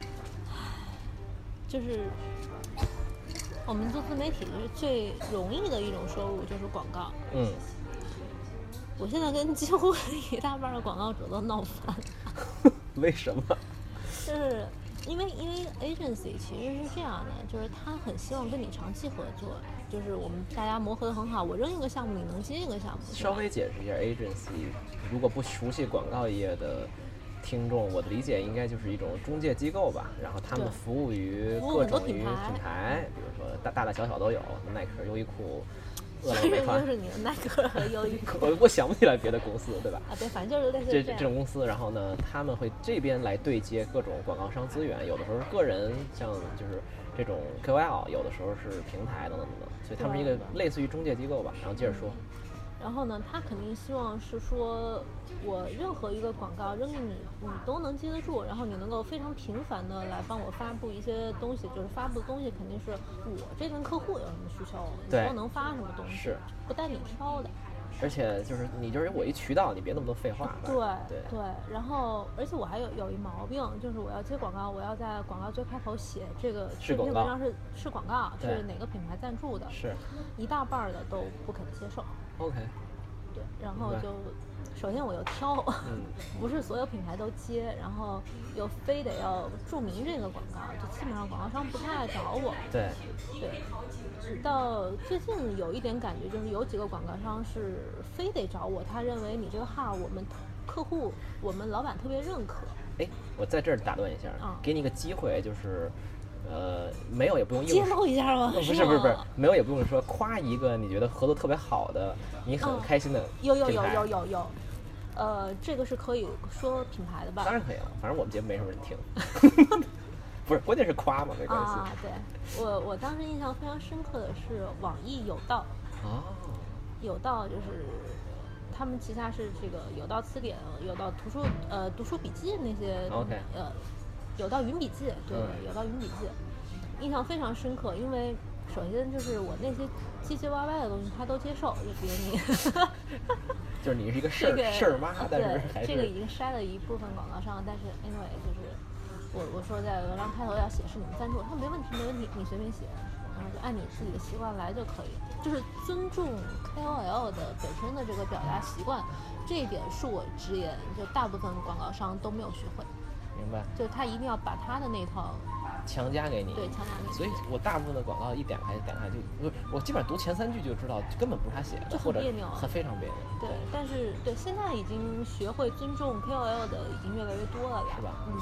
就是我们做自媒体是最容易的一种收入，就是广告。 嗯， 我现在跟几乎一大半的广告者都闹翻了。为什么？ 就是因为因为 agency 其实是这样的，就是他很希望跟你长期合作，就是我们大家磨合得很好，我扔一个项目你能接一个项目。 稍微解释一下 agency， 如果不熟悉广告业的听众，我的理解应该就是一种中介机构吧，然后他们服务于各种于品牌，比如说大大大小小都有，耐克、优衣库。饿了么、美团， 就是你的耐克和优衣库。 我我想不起来别的公司，对吧？ 啊，对，反正就是类似这这种公司，然后呢，他们会这边来对接各种广告商资源，有的时候是个人，像就是这种 K O L， 有的时候是平台等等等等，所以他们是一个类似于中介机构吧。然后接着说。 然后呢，他肯定希望是说，我任何一个广告扔给你，你都能接得住，然后你能够非常频繁的来帮我发布一些东西，就是发布的东西肯定是我这边客户有什么需求，你都能发什么东西， 是不带你挑的。 而且就是你就是我一渠道，你别那么多废话。 对对对，然后而且我还有有一毛病，就是我要接广告，我要在广告最开头写这个这篇文章是是广告，是哪个品牌赞助的， 是一大半的都不肯接受。 OK。 对，然后就首先我又挑，嗯、不是所有品牌都接，然后又非得要注明这个广告，就基本上广告商不太爱找我。 对对，直到最近有一点感觉，就是有几个广告商是非得找我，他认为你这个号我们客户我们老板特别认可。 哎，我在这儿打断一下， 嗯、 给你一个机会，就是。呃，没有也不用揭露一下吗？ 不是不是不是，没有也不用说夸一个你觉得合作特别好的，你很开心的、嗯。 有有有有有有，呃，这个是可以说品牌的吧？ 当然可以了，反正我们节目没什么人听。不是，关键是夸嘛，没关系。 啊，对，我我当时印象非常深刻的是网易有道。 哦。 有道就是他们旗下是这个有道词典、有道图书呃读书笔记那些。 OK。 呃。有道云笔记，对，嗯、有道云笔记，印象非常深刻。因为首先就是我那些唧唧歪歪的东西，他都接受，就比如你， 就是你是一个事儿、这个、事儿妈，但是还是这个已经筛了一部分广告商，但是 anyway 就是我我说在文章开头要写是你们赞助，他说没问题没问题，你随便写，然后就按你自己的习惯来就可以，就是尊重 K O L 的本身的这个表达习惯，这一点恕我直言，就大部分广告商都没有学会。 明白， 就是他一定要把他的那套强加给你， 对，强加给你。 所以我大部分的广告一点开点开就，我基本上读前三句就知道根本不是他写的， 就很别扭， 很非常别扭。 对，但是对现在已经学会尊重 K O L 的已经越来越多了啦， 是吧？ 嗯，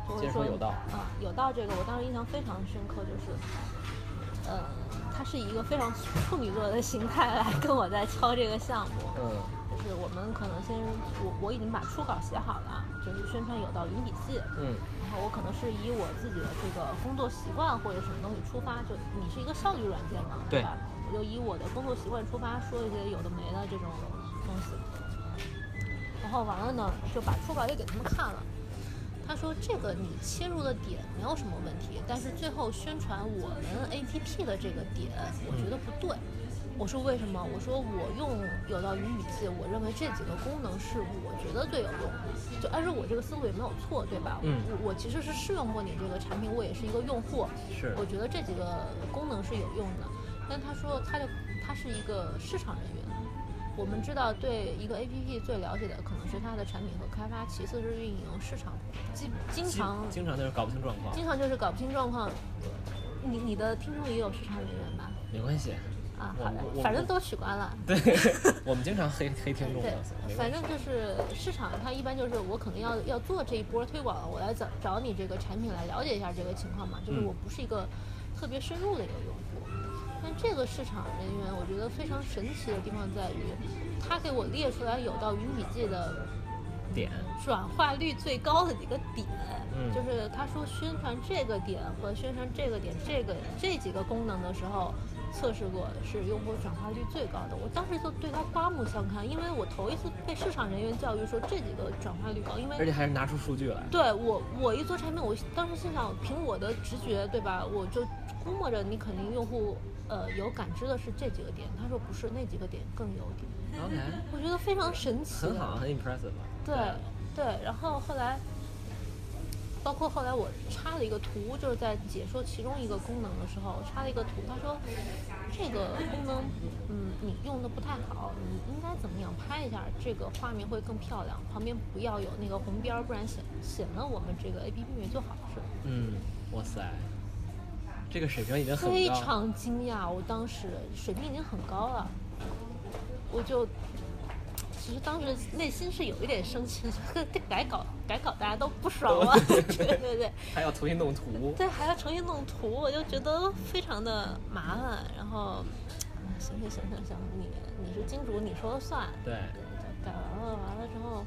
就会说接着说有道啊、有道这个我当时印象非常深刻，就是呃他是以一个非常处女座的形态来跟我在敲这个项目。 嗯， 就是我们可能先我我已经把初稿写好了，就是宣传有道云笔记。 嗯， 然后我可能是以我自己的这个工作习惯或者什么东西出发，就你是一个效率软件嘛，对吧？我就以我的工作习惯出发，说一些有的没的这种东西。然后完了呢，就把初稿也给他们看了。他说这个你切入的点没有什么问题，但是最后宣传我们 A P P 的这个点，我觉得不对。我说为什么？我说我用有道云笔记，我认为这几个功能是我觉得最有用的。就按照我这个思路也没有错，对吧？ 嗯， 我我其实是试用过你这个产品，我也是一个用户， 是， 我觉得这几个功能是有用的。但他说他就他是一个市场人员。我们知道，对一个 A P P 最了解的可能是它的产品和开发，其次是运营、市场，经经常经常就是搞不清状况， 经常就是搞不清状况。你你的听众也有市场人员吧？ 没关系啊，好的，反正都取关了。 对，我们经常黑黑听众的。 对，反正就是市场，它一般就是我可能要要做这一波推广，我来找找你这个产品来了解一下这个情况嘛。就是我不是一个特别深入的一个用户。但这个市场人员，我觉得非常神奇的地方在于，他给我列出来有道云笔记的点转化率最高的几个点， 嗯， 就是他说宣传这个点和宣传这个点这个这几个功能的时候，测试过是用户转化率最高的。我当时就对他刮目相看，因为我头一次被市场人员教育说这几个转化率高，因为而且还是拿出数据来。 对我我一做产品，我当时心想，凭我的直觉，对吧？我就估摸着你肯定用户。呃，有感知的是这几个点，他说不是，那几个点更有点。 OK， 我觉得非常神奇， 很好，很 impressive。 对对，然后后来，包括后来我插了一个图，就是在解说其中一个功能的时候，插了一个图，他说这个功能，嗯，你用的不太好，你应该怎么样拍一下，这个画面会更漂亮，旁边不要有那个红边，不然显显得我们这个 A P P 没做好是。 嗯，哇塞。这个水平已经很高， 非常惊讶，我当时水平已经很高了，我就其实当时内心是有一点生气，改稿改稿大家都不爽了，对对对， 还要重新弄图， 对，还要重新弄图，我就觉得非常的麻烦。然后行行行行行，你你是金主，你说了算， 对， 改完了，完了之后，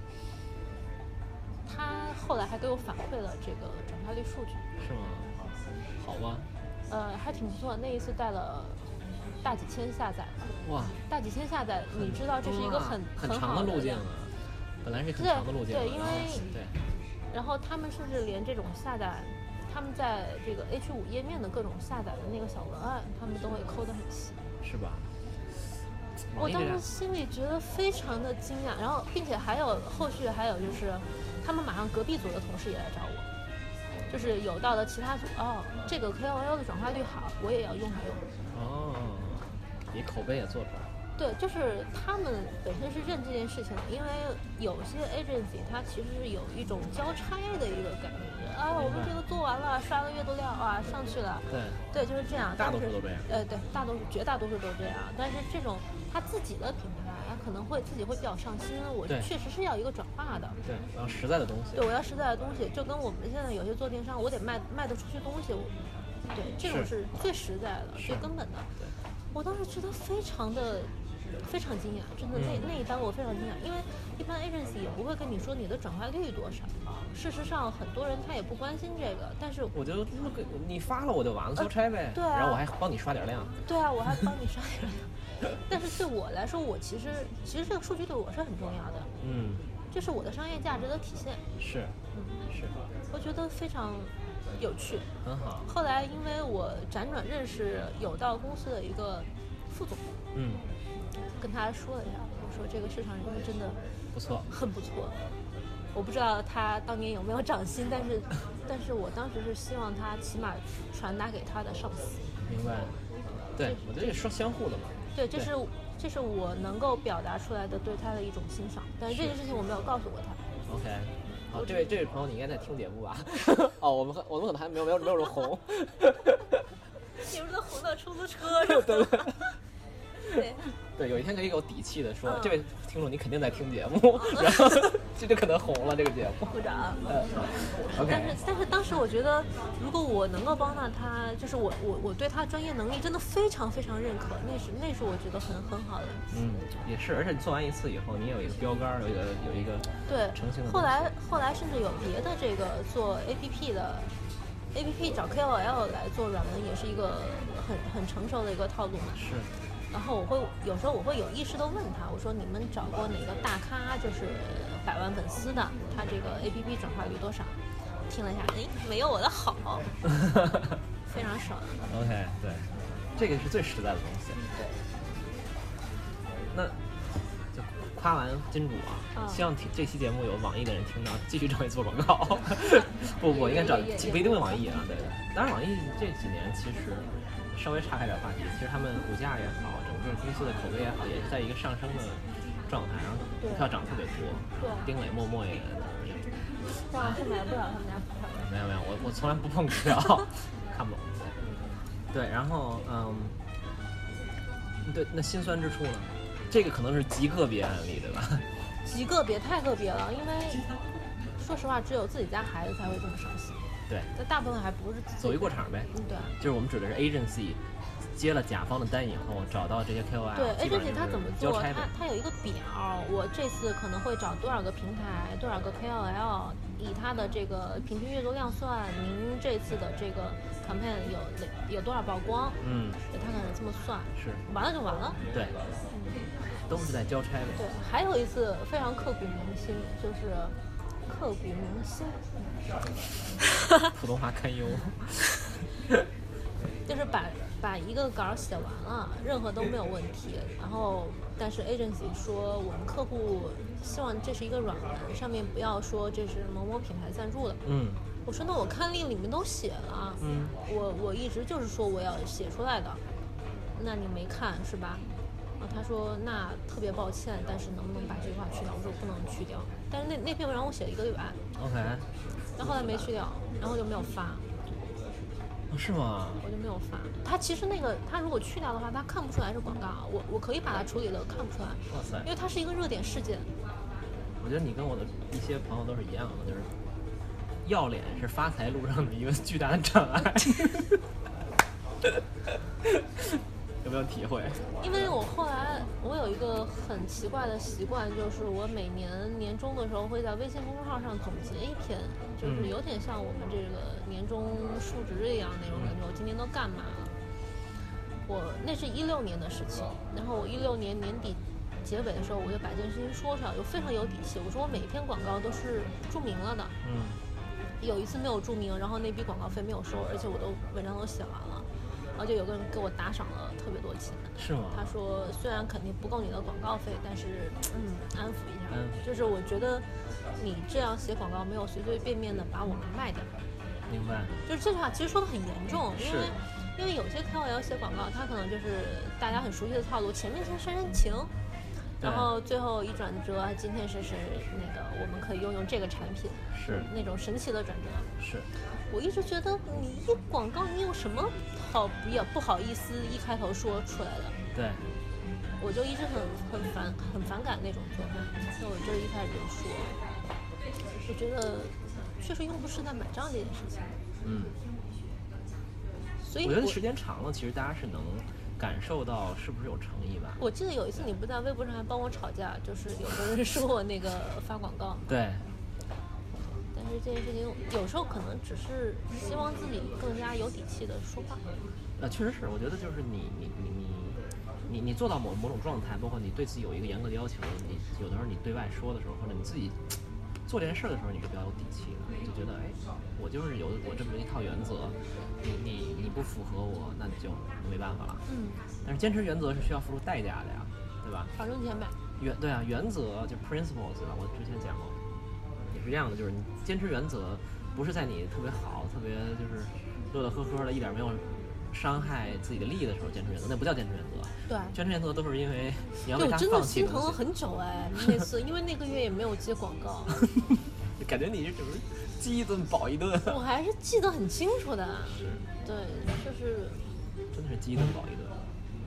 他后来还给我反馈了这个转化率数据， 是吗？好吧。 呃，还挺不错。那一次带了大几千下载吧。 哇， 大几千下载，你知道这是一个很很长的路径啊，本来是很长的路径。 对，因为对。 然后他们甚至连这种下载，他们在这个 H 五 页面的各种下载的那个小文案，他们都会抠得很细。 是吧？ 我当时心里觉得非常的惊讶，然后并且还有后续还有就是，他们马上隔壁组的同事也来找我。就是有道的其他组哦，这个 K O L 的转化率好，我也要用一用。 哦，你口碑也做出来了。 对，就是他们本身是认这件事情的，因为有些 agency 它其实是有一种交差的一个感觉啊，我们这个做完了，刷个阅读量啊上去了。 对， 对，就是这样。 大多数都这样。 呃，对，大多数绝大多数都这样。但是这种他自己的品牌，他可能会自己会比较上心，我确实是要一个转化的。 对，我要实在的东西。 对，我要实在的东西，就跟我们现在有些做电商，我得卖卖得出去东西，对，这种是最实在的、最根本的。 对， 我当时觉得非常的。非常惊讶，真的那、嗯、那一单我非常惊讶，因为一般 agency 也不会跟你说你的转化率多少。事实上，很多人他也不关心这个，但是我就那个你发了我就完了，交差呗。 对啊， 然后我还帮你刷点量。 对啊，我还帮你刷点量。但是对我来说，我其实其实这个数据对我是很重要的。 嗯， 这是我的商业价值的体现。 是，嗯，是。 我觉得非常有趣， 很好。 后来因为我辗转认识有道公司的一个副总， 嗯。 跟他说了一下，我说这个市场人员真的不错， 很不错。我不知道他当年有没有涨薪，但是，但是我当时是希望他起码传达给他的上司。 明白。对，我觉得也是相互的嘛。 对，这是这是我能够表达出来的对他的一种欣赏，但是这件事情我没有告诉过他。 OK， 好，这位这位朋友，你应该在听节目吧？哦，我们我们可能还没有没有没有人红。 你们都红到出租车上。 对对。 对对，有一天可以有底气的说， 嗯这位听众你肯定在听节目，然后这就可能红了这个节目。 鼓掌。 嗯但 ，OK， 是但是当时我觉得，如果我能够帮到他，就是我我我对他专业能力真的非常非常认可，那是那是我觉得很很好的。 嗯，也是，而且你做完一次以后，你有一个标杆，有一个有一个对成型的东西。 后来后来甚至有别的这个做 A P P 的 A P P 找 K O L 来做软文，也是一个很很成熟的一个套路嘛。 是。 然后我会有时候我会有意识的问他，我说你们找过哪个大咖，就是百万粉丝的，他这个 A P P 转化率多少？听了一下，哎，没有我的好，非常爽。 OK， 对，这个是最实在的东西。 对。 那就夸完金主啊， 嗯、 希望听这期节目有网易的人听到，继续找你做广告。不不，应该找不一定会网易啊，对。当然网易这几年其实稍微岔开点话题，其实他们股价也好，整个公司的口碑也好，也是在一个上升的状态，然后股票涨特别多。 对。 丁磊默默也。 但我是买不了他们家股票的。 没有没有，我我从来不碰股票，看不懂。对，然后嗯，对，那辛酸之处呢？这个可能是极个别案例，对吧？ 极个别，太个别了，因为说实话，只有自己家孩子才会这么伤心。 对， 但大部分还不是自己。 走一过场呗。 嗯，对。 就是我们指的是 agency。接了甲方的单以后，找到这些 K O L， 对 agency 他怎么做？ 他他有一个表，我这次可能会找多少个平台，多少个 K O L， 以他的这个平均阅读量算，您这次的这个 campaign 有有多少曝光？ 嗯， 他可能这么算， 是完了就完了。 对，嗯，都是在交差的。 对，还有一次非常刻骨铭心，就是刻骨铭心， 普通话堪忧， 就是把。把一个稿写完了，任何都没有问题。然后，但是 agency 说我们客户希望这是一个软文，上面不要说这是某某品牌赞助的。 嗯， 我说那我看例里面都写了， 嗯， 我我一直就是说我要写出来的，那你没看是吧？然后他说那特别抱歉，但是能不能把这句话去掉？我说不能去掉。但是那那篇文章我写了一个月 ，OK， 但后来没去掉，然后就没有发。 是吗？ 我就没有发。他其实那个，他如果去掉的话，他看不出来是广告。我我可以把它处理的看不出来。 哇塞！ 因为它是一个热点事件。 我觉得你跟我的一些朋友都是一样的，就是要脸是发财路上的一个巨大的障碍。有没有体会？ 因为我后来我有一个很奇怪的习惯，就是我每年年终的时候会在微信公众号上总结一篇，就是有点像我们这个年终述职一样那种感觉。我今年都干嘛了？我那是一六年的事情，然后我一六年年底结尾的时候，我就把这件事情说出来，就非常有底气。我说我每一篇广告都是注明了的， 嗯， 有一次没有注明，然后那笔广告费没有收，而且我都文章都写完了。然后就有个人给我打赏了特别多钱， 是吗？ 他说虽然肯定不够你的广告费，但是嗯安抚一下， 嗯， 就是我觉得你这样写广告没有随随便便的把我们卖掉。 明白。 就是这句话其实说的很严重，因为是因为有些 K O L 写广告，他可能就是大家很熟悉的套路，前面先煽煽情，然后最后一转折，今天是是那个我们可以拥有这个产品， 是那种神奇的转折。 是。 我一直觉得你一广告你有什么好不要不好意思一开头说出来的？ 对， 我就一直很很反很反感那种做法，所以我就一开始就说，我觉得确实用户是在买账这件事情。 嗯， 所以我觉得时间长了，其实大家是能感受到是不是有诚意吧。 我记得有一次你不在微博上还帮我吵架，就是有个人说我那个发广告。 对。 但是这件事情有时候可能只是希望自己更加有底气的说话。 呃，确实是，我觉得就是你你你你你你做到某某种状态，包括你对自己有一个严格的要求，你有的时候你对外说的时候，或者你自己做这件事的时候，你是比较有底气的，就觉得哎，我就是有我这么一套原则，你你你不符合我，那就没办法了。 嗯。 但是坚持原则是需要付出代价的呀，对吧？ 少挣钱呗。 原对啊，原则就 principles 吧，我之前讲过。是这样的，就是你坚持原则，不是在你特别好、特别就是乐乐呵呵的，一点没有伤害自己的利益的时候坚持原则，那不叫坚持原则。 对， 坚持原则都是因为你要为他放弃。我真的心疼了很久哎，那次因为那个月也没有接广告， 感觉你是怎么饥一顿饱一顿。 我还是记得很清楚的。 是。 对，就是真的是饥一顿饱一顿。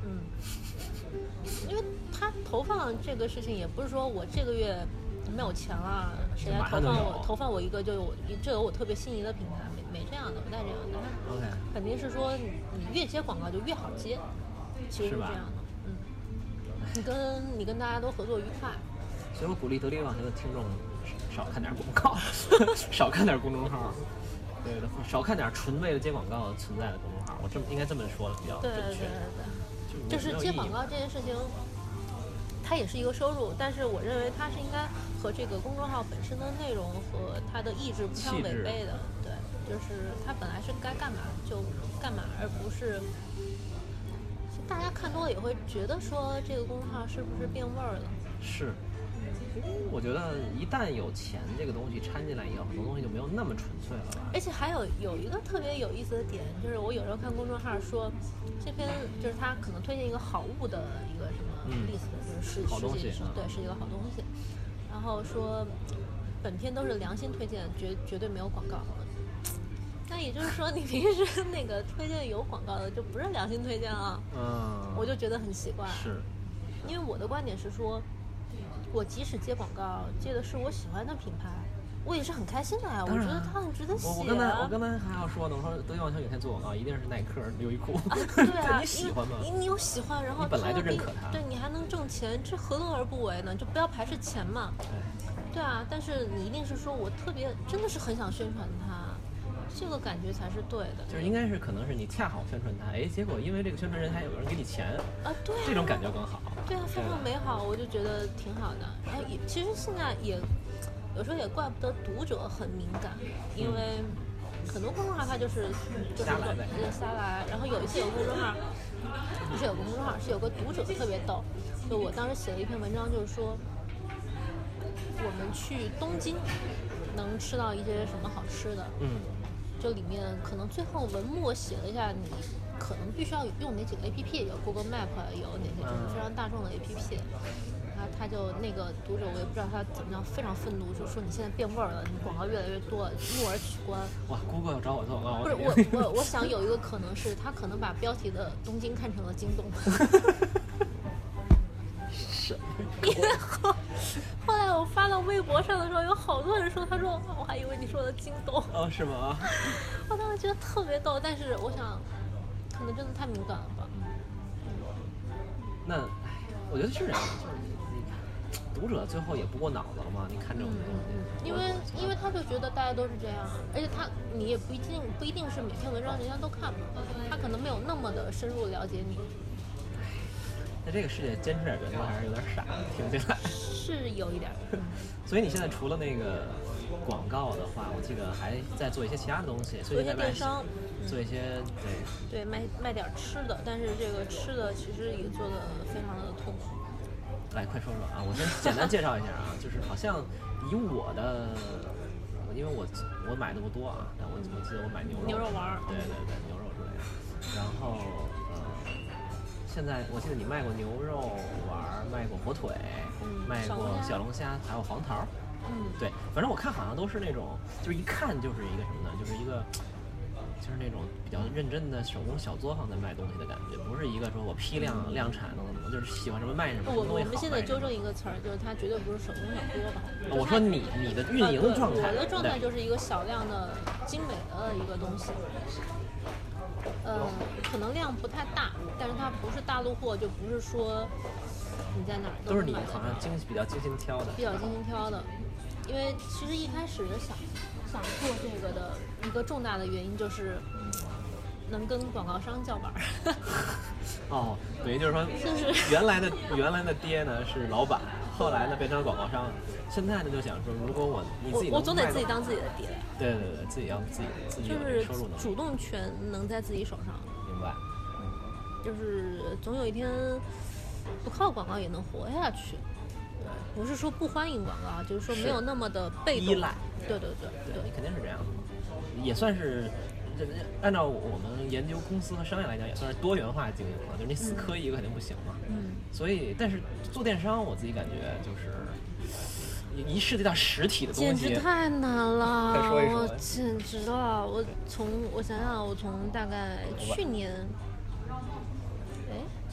嗯，因为他投放这个事情也不是说我这个月没有钱了，谁来投放我投放我一个就有这有我特别心仪的品牌，没没这样的，不带这样的。 OK， 肯定是说你你越接广告就越好接，其实是这样的。嗯，你跟你跟大家都合作愉快。 所以我鼓励得力网球的听众少看点广告，少看点公众号，对的，少看点纯为了接广告存在的公众号。我这么应该这么说比较准确。 对对对对， 就就是接广告这件事情，它也是一个收入，但是我认为它是应该和这个公众号本身的内容和它的意志不相违背的。对，就是它本来是该干嘛就干嘛，而不是。大家看多了也会觉得说这个公众号是不是变味儿了？ 是。因为我觉得一旦有钱这个东西掺进来以后，很多东西就没有那么纯粹了吧。 而且还有有一个特别有意思的点，就是我有时候看公众号说，这篇就是他可能推荐一个好物的一个什么意思，嗯、就是好东西， 对，是一个好东西。然后说本篇都是良心推荐，绝绝对没有广告。那也就是说，你平时那个推荐有广告的，就不是良心推荐啊。嗯，我就觉得很奇怪。 是， 因为我的观点是说。我即使接广告，接的是我喜欢的品牌，我也是很开心的呀。我觉得它很值得写、啊。 我我刚才我刚才还要说呢，我说得力网球有天做广告，一定是耐克、优衣库。 啊对啊， 你喜欢吗？ 你你有喜欢，然后你本来就认可它， 对你还能挣钱，这何乐而不为呢？就不要排斥钱嘛。对啊，但是你一定是说我特别真的是很想宣传它。这个感觉才是对的， 就是应该是可能是你恰好宣传它，哎，结果因为这个宣传人还有人给你钱啊，对啊， 这种感觉更好。 对啊，非常美好，我就觉得挺好的。然后也其实现在也有时候也怪不得读者很敏感，因为很多公众号它就是就是瞎来呗， 瞎来。然后有一次有公众号，不是有个公众号，是有个读者特别逗，就我当时写了一篇文章，就是说我们去东京能吃到一些什么好吃的，嗯。就里面可能最后文末写了一下，你可能必须要用哪几个 A P P， 有 Google Map， 有哪些就是非常大众的 A P P。然后他就那个读者，我也不知道他怎么样，非常愤怒，就说你现在变味儿了，你广告越来越多，怒而取关。 哇 ，Google 要找我做广告？ 不是我我我想有一个可能是他可能把标题的东京看成了京东。 是。 因为后后来我发到微博上的时候，有好多人说，他说我还以为你说的京东。 哦，是吗？ 我当时觉得特别逗，但是我想，可能真的太敏感了吧。 那，我觉得是这样的，就是你你读者最后也不过脑子了嘛，你看这种东西。 嗯嗯、因为因为他就觉得大家都是这样，而且他你也不一定不一定是每篇文章人家都看嘛，他可能没有那么的深入了解你。 在这个世界坚持点原则还是有点傻，听起来是有一点。 所以你现在除了那个广告的话，我记得还在做一些其他的东西， 做一些电商， 做一些对对卖卖点吃的，但是这个吃的其实也做的非常的痛苦。 来，快说说啊！我先简单介绍一下啊，就是好像以我的，因为我我买的不多啊，但我我记得我买牛肉牛肉丸， 对对对，牛肉之类的，然后。现在我记得你卖过牛肉丸，卖过火腿，嗯、卖过小龙虾，还有黄桃。嗯，对，反正我看好像都是那种，就是一看就是一个什么呢？就是一个，就是那种比较认真的手工小作坊在卖东西的感觉，不是一个说我批量、嗯、量产的，就是喜欢什么卖什么。 我我们现在纠正一个词儿，就是它绝对不是手工小作坊。 我说你你的运营状态， 我的状态就是一个小量的精美的一个东西。呃，可能量不太大，但是它不是大陆货，就不是说你在哪儿都是你好像精比较精心挑的， 比较精心挑的。因为其实一开始想想做这个的一个重大的原因就是能跟广告商叫板儿。 哦，等于就是说，就是原来的原来的爹呢是老板，后来呢变成了广告商，现在呢就想说，如果我你自己我我总得自己当自己的爹。 对对对，自己要自己自己有收入能力， 就是主动权能在自己手上。 明白。 就是总有一天不靠广告也能活下去。不是说不欢迎广告，就是说没有那么的被动依赖。 对对对对，肯定是这样的，也算是。按照我们研究公司和商业来讲，也算是多元化经营了。就是你死磕一个肯定不行嘛。嗯。所以，但是做电商，我自己感觉就是一涉及到实体的东西， 简直太难了。 再说一说。 我简直了！我从我想想，我从大概去年，哎，今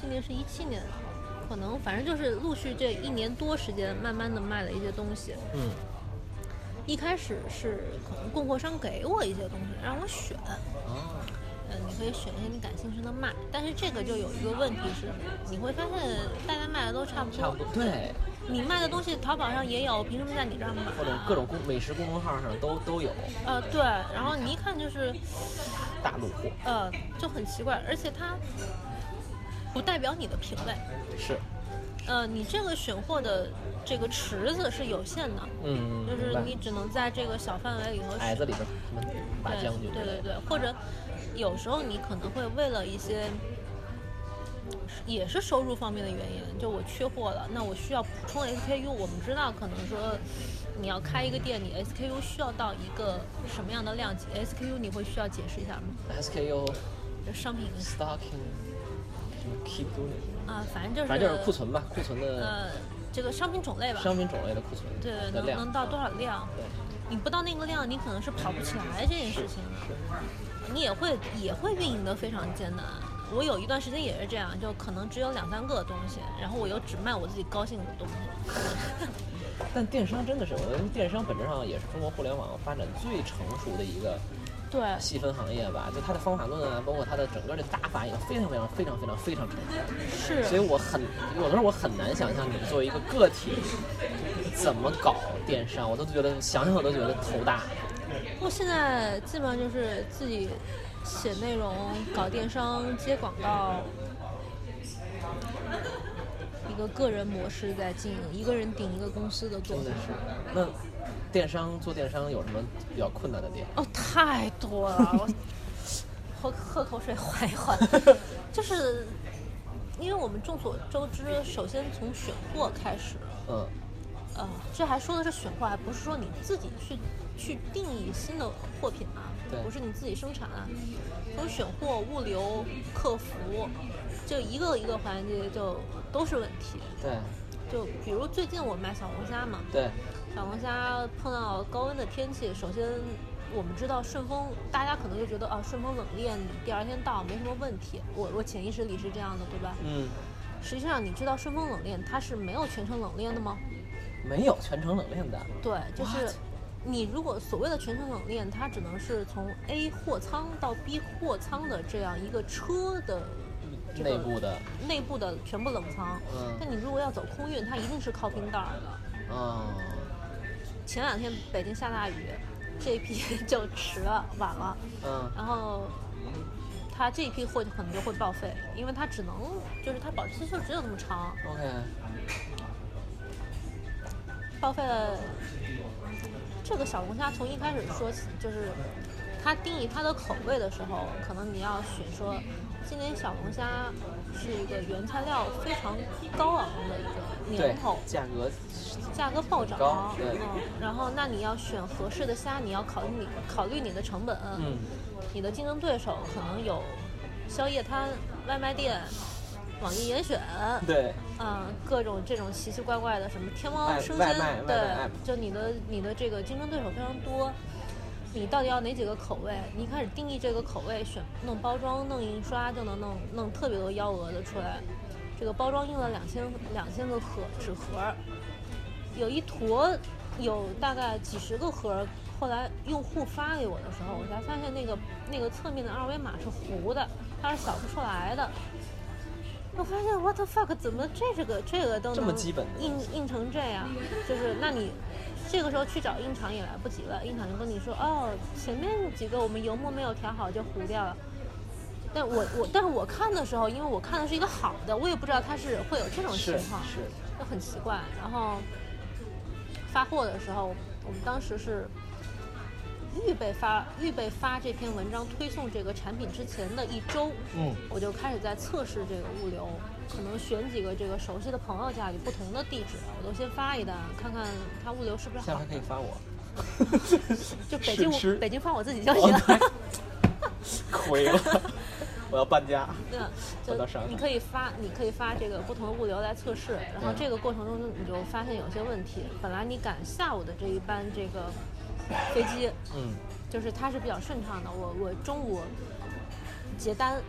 年是一七年，可能反正就是陆续这一年多时间，慢慢的卖了一些东西。 嗯， 一开始是可能供货商给我一些东西让我选， 哦， 呃，你可以选一些你感兴趣的卖，但是这个就有一个问题是，你会发现大家卖的都差不多。 差不多，对。 你卖的东西淘宝上也有，凭什么在你这儿买？ 或者各种公美食公众号上都都有。 呃，对，然后你一看就是大陆货， 呃，就很奇怪，而且它不代表你的品味。 是。 呃，你这个选货的这个池子是有限的， 嗯， 就是你只能在这个小范围里头选。 矮子里边什么大将军， 对对对对，或者有时候你可能会为了一些也是收入方面的原因，就我缺货了，那我需要补充 S K U。我们知道可能说你要开一个店，你 S K U 需要到一个什么样的量级 ？S K U 你会需要解释一下吗 ？S K U 就商品 stocking 什么 keep doing 啊，反正就是反正就是库存吧，库存的呃这个商品种类吧， 商品种类的库存对的量能能到多少量？ 对， 你不到那个量，你可能是跑不起来这件事情的，你也会也会运营得非常艰难。我有一段时间也是这样，就可能只有两三个东西，然后我又只卖我自己高兴的东西。 但电商真的是，我觉得电商本质上也是中国互联网发展最成熟的一个对细分行业吧。就它的方法论啊，包括它的整个的打法也非常非常非常非常非常成熟。 是， 所以我很有的时候我很难想象你们作为一个个体怎么搞电商，我都觉得想想我都觉得头大。 我现在基本上就是自己写内容、搞电商、接广告，一个个人模式在经营，一个人顶一个公司的做法。 真的是。那电商做电商有什么比较困难的点？ 哦，太多了，我喝喝口水缓一缓。就是因为我们众所周知，首先从选货开始， 嗯， 呃，这还说的是选货，还不是说你自己去去定义新的货品啊，不是你自己生产啊。从选货、物流、客服，这一个一个环节就都是问题。 对， 就比如最近我卖小龙虾嘛， 对， 小龙虾碰到高温的天气，首先我们知道顺丰，大家可能就觉得啊，顺丰冷链你第二天到没什么问题，我我潜意识里是这样的，对吧？ 嗯。 实际上你知道顺丰冷链它是没有全程冷链的吗？ 没有全程冷链的。 对，就是 What? 你如果所谓的全程冷链，它只能是从 A 货仓到 B 货仓的这样一个车的。这个内部的内部的全部冷藏， 嗯， 但你如果要走空运，它一定是靠冰袋的。 哦。 前两天北京下大雨，这一批就迟了，晚了。 嗯。 然后，它这一批货就可能就会报废，因为它只能就是它保质期就只有那么长。 OK。 报废了。这个小龙虾从一开始说起，就是它定义它的口味的时候，可能你要选说。今年小龙虾是一个原材料非常高昂的一个年头， 价格价格暴涨， 高，对， 嗯，然后那你要选合适的虾，你要考虑你考虑你的成本， 嗯， 你的竞争对手可能有宵夜摊、外卖店、网易严选， 对， 嗯，各种这种奇奇怪怪的什么天猫生鲜，对，就你的你的这个竞争对手非常多。你到底要哪几个口味？你一开始定义这个口味，选弄包装、弄印刷就能弄弄特别多幺蛾的出来。这个包装印了两千两千个盒纸盒，有一坨，有大概几十个盒。后来用户发给我的时候，我才发现那个那个侧面的二维码是糊的，它是扫不出来的。我发现 what the fuck， 怎么这个这个都能印印成这样？就是那你。这个时候去找印厂也来不及了，印厂就跟你说，哦，前面几个我们油墨没有调好就糊掉了。但我我但是我看的时候，因为我看的是一个好的，我也不知道它是会有这种情况， 是， 就很奇怪。然后发货的时候，我们当时是预备发预备发这篇文章推送这个产品之前的一周， 嗯， 我就开始在测试这个物流。可能选几个这个熟悉的朋友家里不同的地址，我都先发一单，看看他物流是不是好。 下回可以发我。 就北京北京发我自己就行了。 亏了，我要搬家。 对，就你可以发，你可以发这个不同的物流来测试，然后这个过程中你就发现有些问题。本来你赶下午的这一班这个飞机， 嗯， 就是它是比较顺畅的。我我中午结单。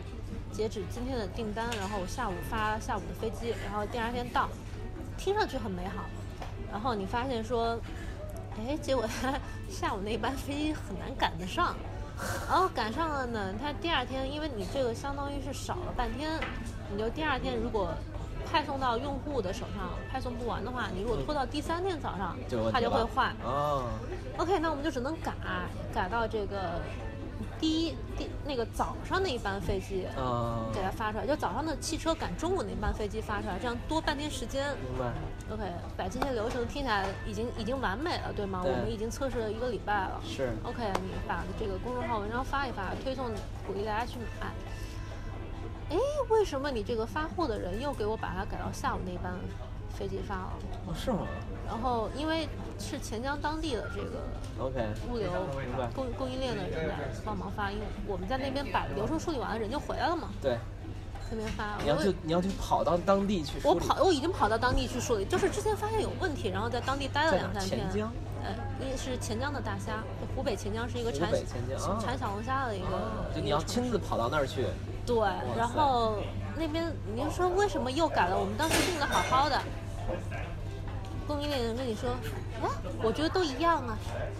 截止今天的订单，然后我下午发下午的飞机，然后第二天到，听上去很美好。然后你发现说，哎，结果他下午那班飞机很难赶得上，然后赶上了呢，他第二天因为你这个相当于是少了半天，你就第二天如果派送到用户的手上派送不完的话，你如果拖到第三天早上， 就它就会坏。 哦 OK， 那我们就只能改改到这个第一第那个早上那一班飞机， 哦， 给它发出来，就早上的汽车赶中午那班飞机发出来，这样多半天时间。 明白。 OK， 把这些流程听起来已经已经完美了，对吗？ 对我们已经测试了一个礼拜了。 是。 OK， 你把这个公众号文章发一发，推送鼓励大家去买。哎，为什么你这个发货的人又给我把它改到下午那班飞机发了？ 哦，是吗？ 然后因为是钱江当地的这个 OK 物流明白供供应链的人来帮忙发，因为我们在那边把流程梳理完了，人就回来了嘛。 对。 那边发， 你要去你要去跑到当地去梳理。 我跑，我已经跑到当地去梳理，就是之前发现有问题，然后在当地待了两三天。 钱江。 呃，因为是钱江的大虾，湖北钱江是一个产湖北钱江、哦、 产小龙虾的一个。 哦、就你要亲自跑到那儿去。 对，然后那边你就说为什么又改了？我们当时定的好好的。供应链人跟你说，哎，我觉得都一样啊。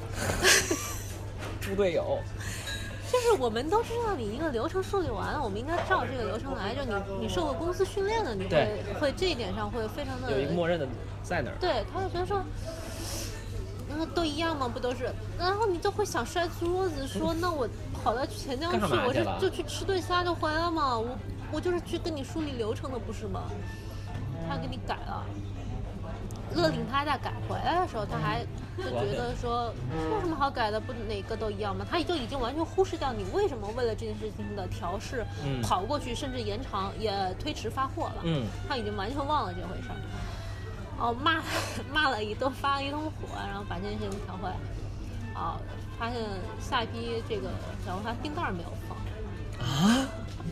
猪队友。 就是我们都知道你一个流程梳理完了，我们应该照这个流程来。就你你受过公司训练的，你会会这一点上会非常的有一个默认的在那儿。 对，他就觉得说，那都一样吗？不都是？然后你就会想摔桌子，说那我跑到钱江去，我是就去吃顿虾就回来嘛。我我就是去跟你梳理流程的，不是吗？他给你改了。勒令他在改回来的时候，他还就觉得说有什么好改的，不哪个都一样吗？他就已经完全忽视掉你为什么为了这件事情的调试、嗯、跑过去，甚至延长也推迟发货了。 嗯， 他已经完全忘了这回事儿。哦，骂骂了一顿，发了一通火，然后把这件事情调回来。哦，发现下一批这个小龙虾冰袋没有放啊，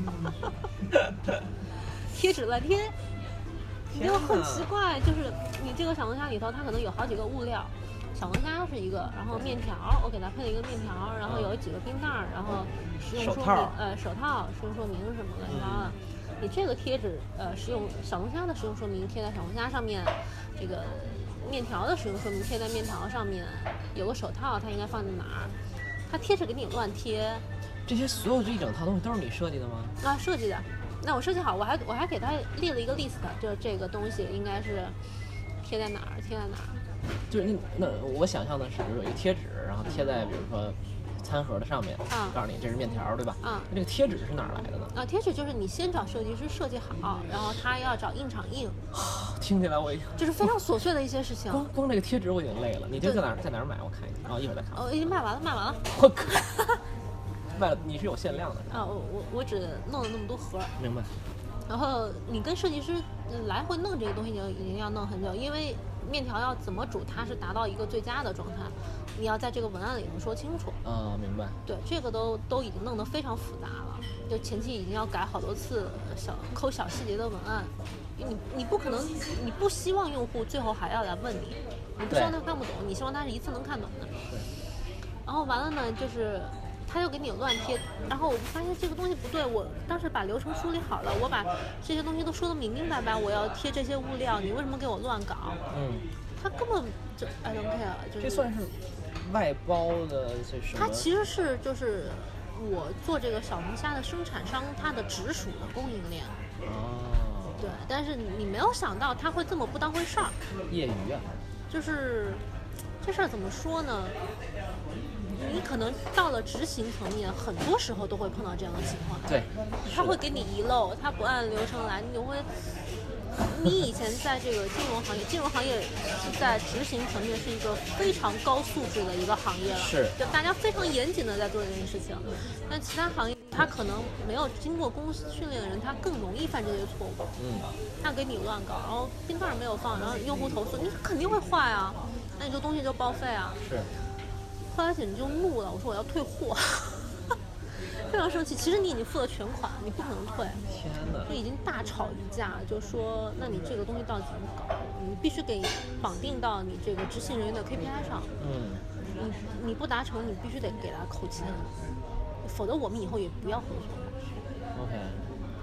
贴纸乱贴。你就很奇怪，就是你这个小龙虾里头，它可能有好几个物料，小龙虾是一个，然后面条，我给它配了一个面条，然后有几个冰袋，然后使用说明，呃，手套使用说明什么乱七八糟的。你这个贴纸，呃，使用小龙虾的使用说明贴在小龙虾上面，这个面条的使用说明贴在面条上面，有个手套，它应该放在哪儿？它贴纸给你乱贴。 这些所有这一整套东西都是你设计的吗？ 啊，设计的。那我设计好，我还我还给他列了一个 list， 就是这个东西应该是贴在哪儿，贴在哪儿。 就是那那我想象的是有一个贴纸，然后贴在比如说餐盒的上面， 啊， 告诉你这是面条，对吧？ 啊， 这个贴纸是哪儿来的呢？ 啊，贴纸就是你先找设计师设计好，然后他要找印厂印。 听起来我就是非常琐碎的一些事情。 光光这个贴纸我已经累了，你这在哪儿在哪儿买？我看一下，哦，一会儿再看。 哦，已经卖完了，卖完了。 我靠！卖了，你是有限量的是吧？ 啊，我我我只弄了那么多盒。 明白。 然后你跟设计师来回弄这个东西就已经要弄很久，因为面条要怎么煮它是达到一个最佳的状态，你要在这个文案里头说清楚。 啊，明白。 对，这个都都已经弄得非常复杂了，就前期已经要改好多次小抠小细节的文案，你你不可能，你不希望用户最后还要来问你，你不希望他看不懂，你希望他是一次能看懂的。然后完了呢，就是他就给你乱贴，然后我发现这个东西不对，我当时把流程梳理好了，我把这些东西都说得明明白白，我要贴这些物料，你为什么给我乱搞？ 嗯， 他根本就 I don't care， 就是这算是外包的这什么？ 它其实是就是我做这个小龙虾的生产商，它的直属的供应链。 哦， 对，但是你没有想到他会这么不当回事儿。 业余啊。 就是这事儿怎么说呢？你可能到了执行层面，很多时候都会碰到这样的情况。 对， 他会给你遗漏，他不按流程来，你就会。你以前在这个金融行业，金融行业是在执行层面是一个非常高素质的一个行业了， 是， 就大家非常严谨的在做这件事情。但其他行业，他可能没有经过公司训练的人，他更容易犯这些错误。 嗯， 他给你乱搞，然后冰袋没有放，然后用户投诉，你肯定会坏啊，那你这东西就报废啊。 是。 后来简直就怒了，我说我要退货。非常生气，其实你已经付了全款，你不可能退。 天哪！ 就已经大吵一架，就说那你这个东西到底怎么搞？你必须给绑定到你这个执行人员的 K P I 上。 嗯。 你你不达成，你必须得给他扣钱，否则我们以后也不要合作。 OK。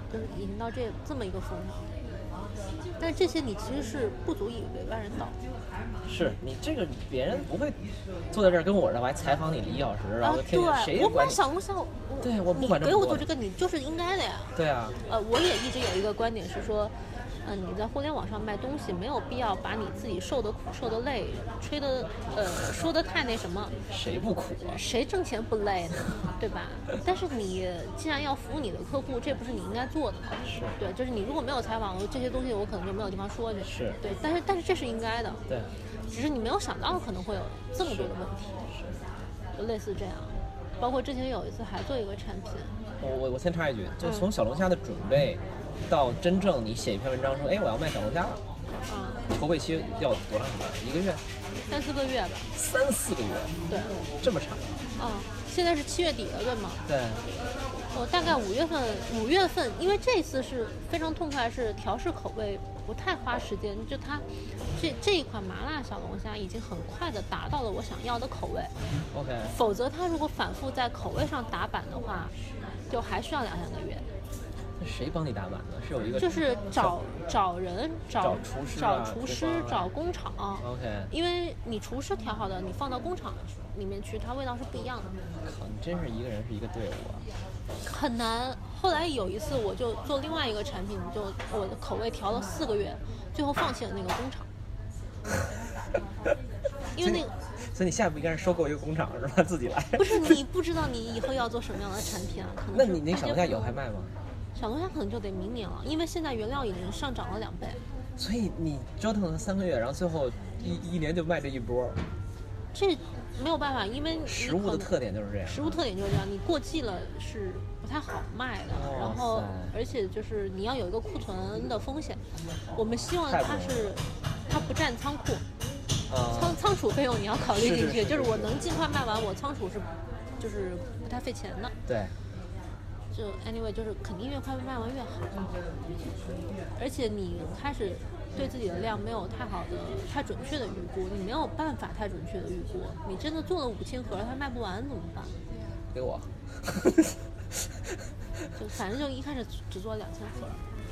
就是已经到这这么一个份上。但是这些你其实是不足以为外人道。 是你这个别人不会坐在这儿跟我，然后还采访你一小时，然后天天谁我管买小龙虾， 对我不管这么多， 你给我做这个你就是应该的呀。 对啊。 呃，我也一直有一个观点是说，嗯、呃，你在互联网上卖东西，没有必要把你自己受的苦、受的累、吹的呃说的太那什么。 谁不苦啊？ 谁挣钱不累呢？对吧？但是你既然要服务你的客户，这不是你应该做的吗？ 是。对， 就是你如果没有采访这些东西，我可能就没有地方说去。 是。 对，但是但是这是应该的。 对。 只是你没有想到可能会有这么多的问题，就类似这样。包括之前有一次还做一个产品， 我我我先插一句，就从小龙虾的准备到真正你写一篇文章说，哎，我要卖小龙虾了， 嗯， 筹备期要多长时间？一个月？ 三四个月吧。 三四个月？ 对， 这么长？ 嗯，现在是七月底了，对吗？ 对。 我大概五月份，五月份，因为这次是非常痛快，是调试口味，不太花时间。就它这这一款麻辣小龙虾已经很快的达到了我想要的口味。 OK。 否则它如果反复在口味上打板的话，就还需要两三个月。 那谁帮你打板呢？是有一个就是找找人找找厨师、 找厨师、找工厂。 OK。 因为你厨师调好的，你放到工厂里面去，它味道是不一样的。 靠，你真是一个人是一个队伍啊！ 很难。后来有一次，我就做另外一个产品，就我的口味调了四个月，最后放弃了那个工厂。因为那个， 所以你下一步应该是收购一个工厂是吧？自己来。 不是，你不知道你以后要做什么样的产品啊？可能。 那你那小龙虾以后还卖吗？ 小龙虾可能就得明年了，因为现在原料已经上涨了两倍。 所以你折腾了三个月，然后最后一一年就卖这一波。 这没有办法，因为食物的特点就是这样。 食物特点就是这样，你过季了是不太好卖的， 哦、 然后而且就是你要有一个库存的风险。我们希望它是它不占仓库， 呃、 仓仓储费用你要考虑进去， 是是是是就是我能尽快卖完，我仓储是就是不太费钱的。 对。 就 anyway 就是肯定越快卖完越好，而且你开始对自己的量没有太好的、太准确的预估，你没有办法太准确的预估。你真的做了五千盒，它卖不完怎么办？ 给我。 就反正就一开始只做两千盒。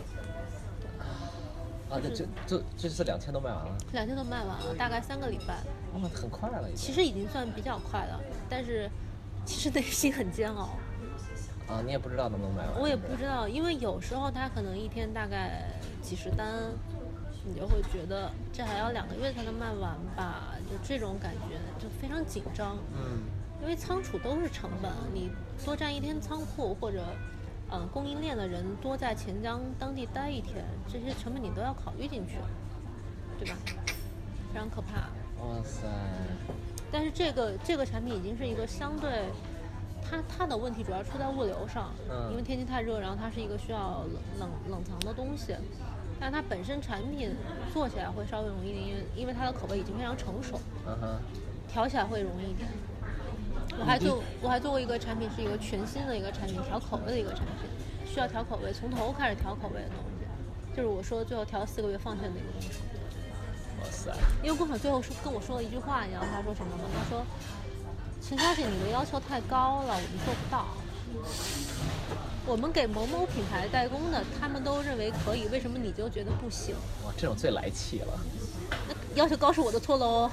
啊，那就就这次两千都卖完了。 两千都卖完了，大概三个礼拜。 哦，很快了已经。 其实已经算比较快了，但是其实内心很煎熬。 啊，你也不知道能不能卖完。 我也不知道，因为有时候他可能一天大概几十单，你就会觉得这还要两个月才能卖完吧，就这种感觉就非常紧张。 嗯， 因为仓储都是成本，你多占一天仓库或者，嗯、呃，供应链的人多在钱江当地待一天，这些成本你都要考虑进去，对吧？非常可怕。 哇塞！ 但是这个这个产品已经是一个相对。它它的问题主要出在物流上， 嗯， 因为天气太热，然后它是一个需要冷冷冷藏的东西，但它本身产品做起来会稍微容易一点，因为因为它的口味已经非常成熟， 嗯哼， 调起来会容易一点。我还做我还做过一个产品，是一个全新的一个产品，调口味的一个产品，需要调口味，从头开始调口味的东西，就是我说最后调了四个月放弃的那个工厂。 哇塞！ 因为工厂最后说跟我说了一句话，你知道他说什么吗？他说。陈小姐，你的要求太高了，我们做不到。我们给某某品牌代工的，他们都认为可以，为什么你就觉得不行？ 哇，这种最来气了。 那要求高是我的错喽。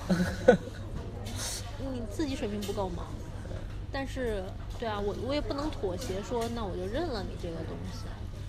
你自己水平不够吗？但是，对啊，我我也不能妥协说，那我就认了你这个东西。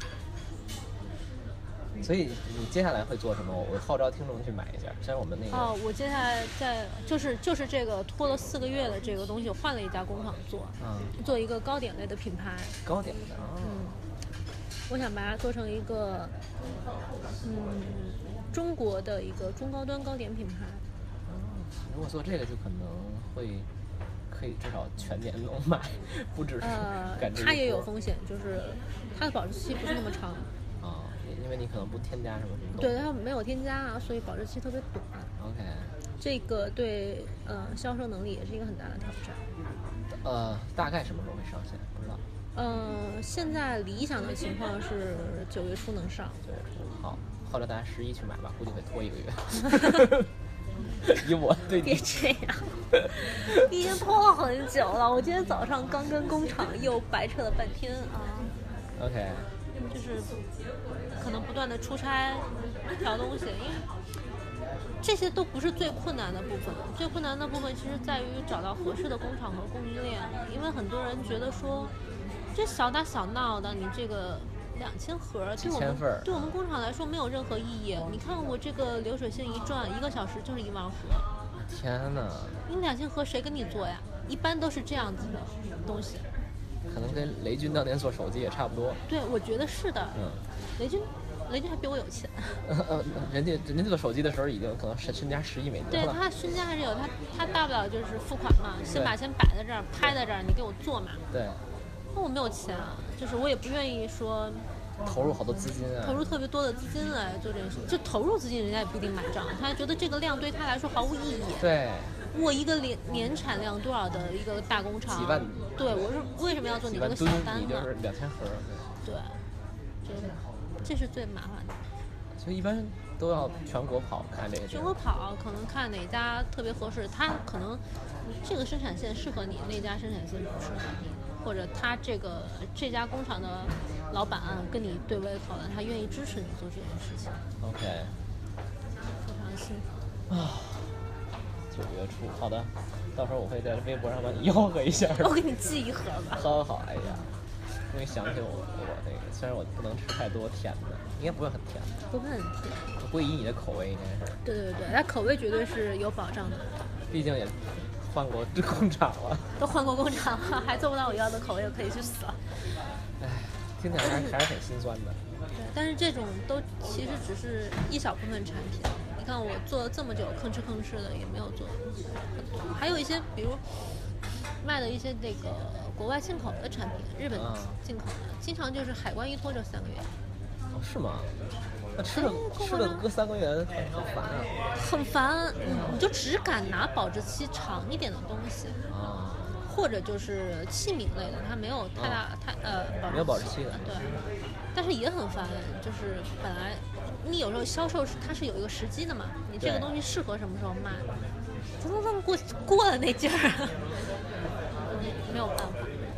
所以你接下来会做什么？我号召听众去买一下。虽然我们那个哦，我接下来在就是就是这个拖了四个月的这个东西，我换了一家工厂做， 嗯， 做一个糕点类的品牌。 糕点的，哦、 嗯，我想把它做成一个嗯中国的一个中高端糕点品牌。 嗯，如果做这个，就可能会可以至少全年能卖，不只是呃， 赶这个。 它也有风险，就是它的保质期不是那么长。 啊、哦，因为你可能不添加什么什么。 对，它没有添加啊，所以保质期特别短。 OK。 这个对呃销售能力也是一个很大的挑战。 呃，大概什么时候会上线？不知道。 呃，现在理想的情况是九月初能上。 九月初，好，后来大家十一去买吧，估计会拖一个月。以我对你别这样，已经拖了很久了。我今天早上刚跟工厂又白扯了半天啊。 OK。 就是可能不断的出差调东西，因为这些都不是最困难的部分，最困难的部分其实在于找到合适的工厂和供应链。因为很多人觉得说，这小打小闹的，你这个两千盒对我们对我们工厂来说没有任何意义。你看我这个流水线一转，一个小时就是一万盒。 天哪！ 你两千盒谁跟你做呀？一般都是这样子的东西。 可能跟雷军当年做手机也差不多。 对，我觉得是的。 嗯， 雷军。雷军还比我有钱， 呃，人家人家做手机的时候已经可能身身家十亿美金了。 对，他身家还是有，他他大不了就是付款嘛，先把钱摆在这儿，拍在这儿，你给我做嘛。 对。 那我没有钱啊，就是我也不愿意说投入好多资金啊， 投入特别多的资金来做这件事，就投入资金人家也不一定买账，他觉得这个量对他来说毫无意义。 对。 我一个年年产量多少的一个大工厂， 几万。 对，我是为什么要做你这个小单呢？ 你就是两千盒。 对，这这是最麻烦的。 所以一般都要全国跑看这个。 全国跑可能看哪家特别合适，他可能这个生产线适合你，那家生产线不适合你，或者他这个这家工厂的老板跟你对微考的，他愿意支持你做这件事情。 OK。 非常幸福啊。九月初，好的，到时候我会在微博上把你吆喝一下。 我给你寄一盒吧。 好好好，哎呀。终于想起我我那个，虽然我不能吃太多甜的，应该不会很甜， 不会很甜， 不会以你的口味应该是。 对对对，它口味绝对是有保障的。 毕竟也换过这工厂了， 都换过工厂了，还做不到我要的口味，我可以去死了。 唉，听起来还是还是挺心酸的。 对，但是这种都其实只是一小部分产品。你看我做了这么久，吭哧吭哧的也没有做很多，还有一些比如卖的一些那个国外进口的产品，日本进口的，嗯、经常就是海关一拖就三个月。 哦，是吗？那吃了、哎、吃了搁三个月很烦啊。 很烦，你就只敢拿保质期长一点的东西啊， 或者就是器皿类的，它没有太大、啊、太呃没有保质期的， 对。但是也很烦，就是本来你有时候销售是它是有一个时机的嘛，你这个东西适合什么时候卖，怎么怎么过过了那劲儿，没有办法。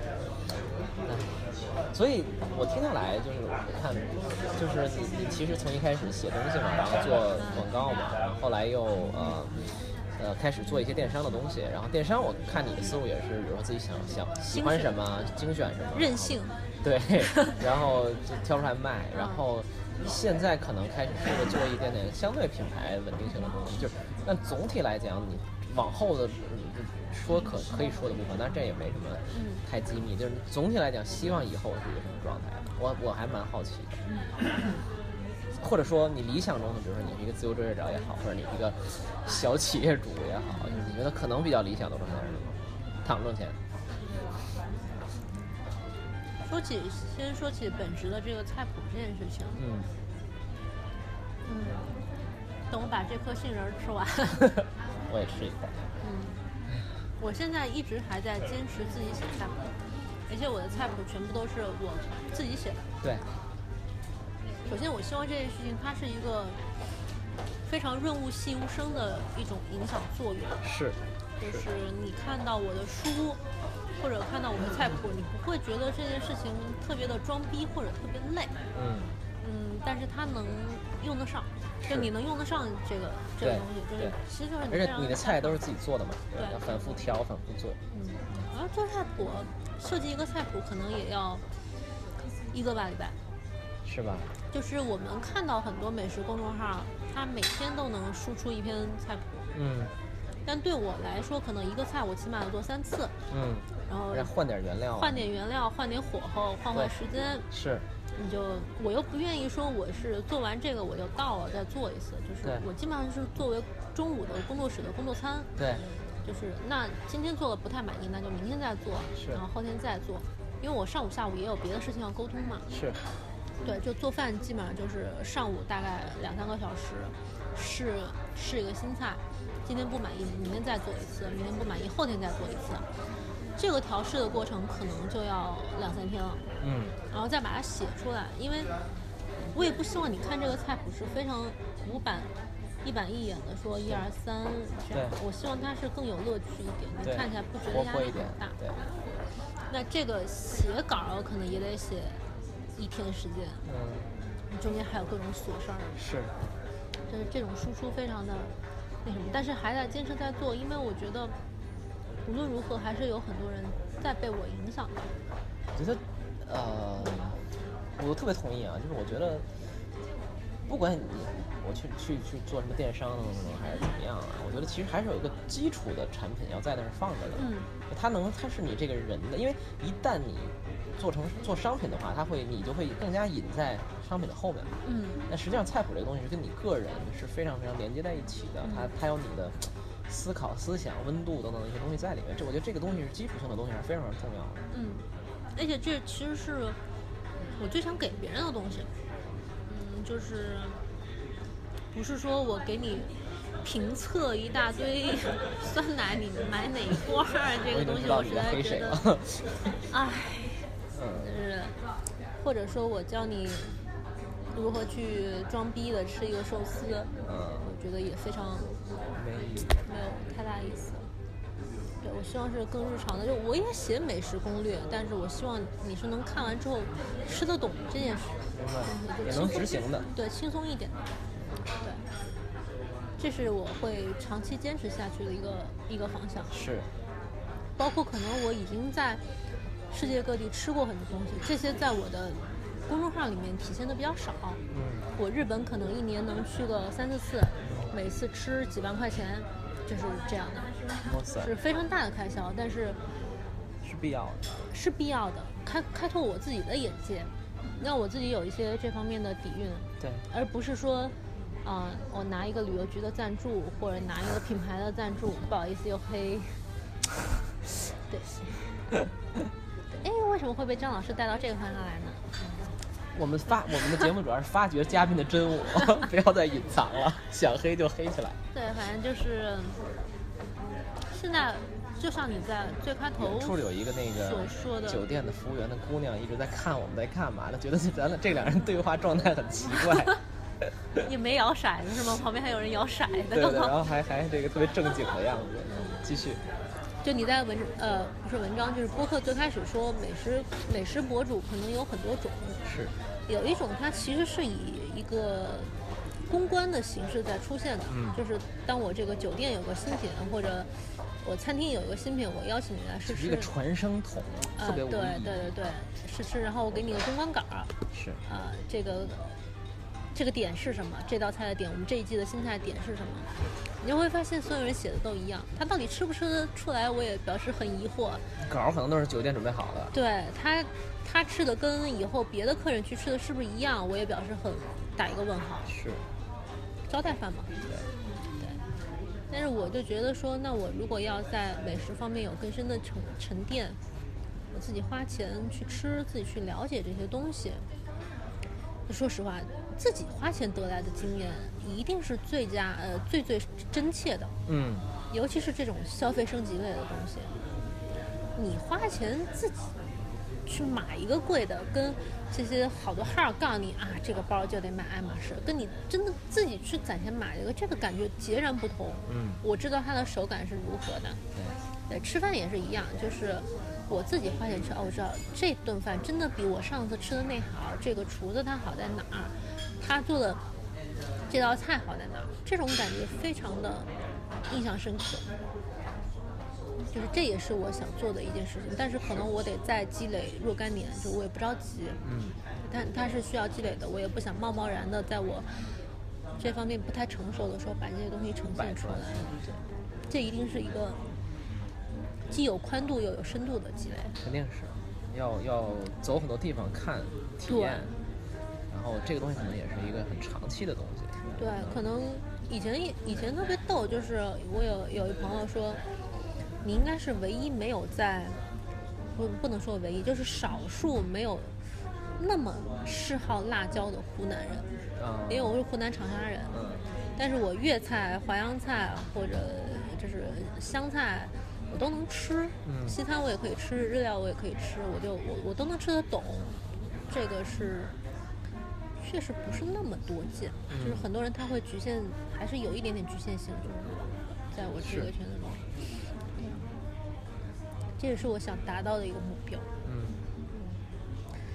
所以我听下来就是我看，就是你你其实从一开始写东西嘛，然后做广告嘛，然后后来又呃呃开始做一些电商的东西，然后电商我看你的思路也是，比如说自己想想喜欢什么精选什么， 任性。 对，然后就挑出来卖，然后现在可能开始试着做一点点相对品牌稳定性的东西，就是但总体来讲，你往后的说可可以说的部分，但是这也没什么太机密，就是总体来讲，希望以后是一个什么状态，我我还蛮好奇的。或者说你理想中的，比如说你是一个自由职业者也好，或者你是一个小企业主也好，你觉得可能比较理想的状态是什么？躺挣钱。 说起，先说起本职的这个菜谱这件事情。 嗯。 嗯。等我把这颗杏仁吃完。 我也吃一块。 嗯。我现在一直还在坚持自己写菜谱，而且我的菜谱全部都是我自己写的。 对。 首先，我希望这件事情它是一个非常润物细无声的一种影响作用。 是。 就是你看到我的书。或者看到我的菜谱，你不会觉得这件事情特别的装逼或者特别累， 嗯嗯，但是它能用得上，就你能用得上这个这个东西，就是其实就是你而且你的菜都是自己做的嘛， 对， 要反复调，反复做。 嗯，然后做菜谱，设计一个菜谱可能也要一个把礼拜， 是吧？ 就是我们看到很多美食公众号，它每天都能输出一篇菜谱， 嗯。 但对我来说，可能一个菜我起码要做三次， 嗯， 然后换点原料， 换点原料，换点火候，换换时间， 是， 你就我又不愿意说我是做完这个我就到了再做一次，就是我基本上是作为中午的工作室的工作餐， 对， 就是那今天做了不太满意，那就明天再做，然后后天再做，因为我上午下午也有别的事情要沟通嘛， 是， 对，就做饭基本上就是上午大概两三个小时试试一个新菜。今天不满意，明天再做一次；明天不满意，后天再做一次。这个调试的过程可能就要两三天了。 嗯， 然后再把它写出来，因为我也不希望你看这个菜谱是非常古板、一板一眼的说一二三这样。我希望它是更有乐趣一点，你看起来不觉得压力很大。 对。 那这个写稿可能也得写一天时间， 嗯， 中间还有各种琐事儿， 是， 就是这种输出非常的那什么，但是还在坚持在做，因为我觉得无论如何还是有很多人在被我影响的。 我觉得，呃，我特别同意啊，就是我觉得，不管你我去去去做什么电商还是怎么样啊，我觉得其实还是有一个基础的产品要在那儿放着的， 嗯， 它能它是你这个人的，因为一旦你做成做商品的话，它会你就会更加引在商品的后面， 嗯， 但实际上菜谱这个东西是跟你个人是非常非常连接在一起的，它它有你的思考、思想、温度等等的一些东西在里面，这我觉得这个东西是基础性的东西，是非常非常重要的。 嗯，而且这其实是我最想给别人的东西，嗯，就是不是说我给你评测一大堆酸奶，你买哪一罐儿，这个东西我实在觉得，唉，就是或者说我教你如何去装逼的吃一个寿司， 嗯， 我觉得也非常没没有太大意思。对，我希望是更日常的，就我也写美食攻略，但是我希望你是能看完之后吃得懂这件事， 也能执行的， 对，轻松一点，对，这是我会长期坚持下去的一个一个方向。 是， 包括可能我已经在世界各地吃过很多东西，这些在我的公众号里面体现的比较少。 嗯， 我日本可能一年能去个三四次，每次吃几万块钱，就是这样的， 哇塞， 是非常大的开销，但是是必要的， 是必要的，开开拓我自己的眼界，让我自己有一些这方面的底蕴， 对，而不是说，啊、呃，我拿一个旅游局的赞助，或者拿一个品牌的赞助，不好意思又黑，对，哎，为什么会被张老师带到这个方向来呢？ 我们发我们的节目主要是发掘嘉宾的真我，不要再隐藏了，想黑就黑起来。 对，反正就是现在，就像你在最开头处里有一个那个所说的酒店的服务员的姑娘一直在看我们在干嘛，她觉得咱俩这两人对话状态很奇怪。 也没摇骰子是吗？旁边还有人摇骰子。 对对，然后还还这个特别正经的样子。继续。 就你在文呃不是文章，就是播客最开始说美食美食博主可能有很多种， 是有一种它其实是以一个公关的形式在出现的， 嗯， 就是当我这个酒店有个新品，或者我餐厅有一个新品，我邀请你来试吃， 是一个传声筒，特别无意义。 对对对对，试吃，然后我给你个公关稿， 是啊、呃，这个这个点是什么？这道菜的点，我们这一季的新菜点是什么？你就会发现所有人写的都一样，他到底吃不吃得出来，我也表示很疑惑。 稿可能都是酒店准备好的， 对他，他吃的跟以后别的客人去吃的是不是一样，我也表示很打一个问号。 是， 招待饭嘛。 对对。但是我就觉得说，那我如果要在美食方面有更深的沉沉淀，我自己花钱去吃，自己去了解这些东西。说实话，自己花钱得来的经验一定是最佳呃最最真切的， 嗯， 尤其是这种消费升级类的东西，你花钱自己去买一个贵的，跟这些好多号告诉你啊这个包就得买爱马仕，跟你真的自己去攒钱买一个，这个感觉截然不同。 嗯， 我知道它的手感是如何的。对，吃饭也是一样，就是我自己花钱吃，哦，我知道这顿饭真的比我上次吃的那好，这个厨子他好在哪儿，他做的这道菜好在哪儿，这种感觉非常的印象深刻。就是这也是我想做的一件事情，但是可能我得再积累若干年，就我也不着急， 嗯， 但它是需要积累的，我也不想贸贸然的在我这方面不太成熟的时候把这些东西呈现出来。对，这一定是一个既有宽度又有深度的积累， 肯定是要要走很多地方看体验，然后这个东西可能也是一个很长期的东西。 对，可能以前以前特别逗，就是我有有一朋友说，你应该是唯一没有在不不能说唯一，就是少数没有那么嗜好辣椒的湖南人， 嗯， 因为我是湖南长沙人， 嗯， 但是我粤菜、淮扬菜或者就是湘菜我都能吃， 嗯， 西餐我也可以吃，日料我也可以吃，我就我我都能吃得懂，这个是确实不是那么多见，嗯，就是很多人他会局限，还是有一点点局限性，就是在我这个圈子中，嗯，这也是我想达到的一个目标。 嗯，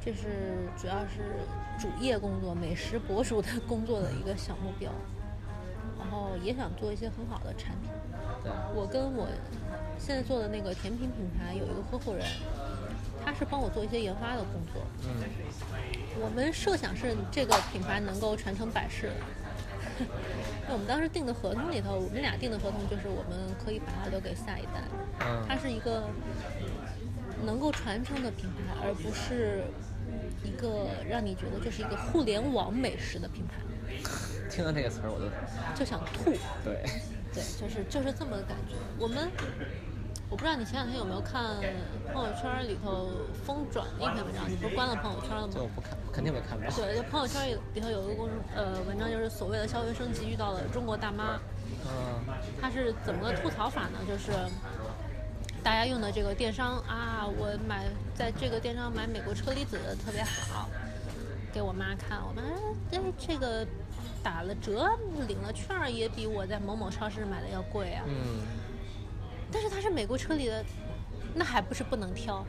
这是主要是主业工作，美食博主的工作的一个小目标。然后也想做一些很好的产品。 对， 我跟我现在做的那个甜品品牌有一个合伙人，他是帮我做一些研发的工作。 嗯， 我们设想是这个品牌能够传承百世。那我们当时订的合同里头，我们俩订的合同就是我们可以把它留给下一代。 嗯， 它是一个能够传承的品牌，而不是一个让你觉得就是一个互联网美食的品牌。 听到这个词儿我就就想吐。 对对，就是就是这么个感觉。我们我不知道你前两天有没有看朋友圈里头疯转的一篇文章，你不是关了朋友圈了吗？ 就不看，肯定没看到。 对，就朋友圈里头有一个公呃文章，就是所谓的消费升级遇到了中国大妈。 嗯， 他是怎么个吐槽法呢？就是大家用的这个电商啊，我买在这个电商买美国车厘子特别好，给我妈看，我妈哎这个打了折领了券儿也比我在某某超市买的要贵啊。 嗯， 但是它是美国车里的，那还不是不能挑。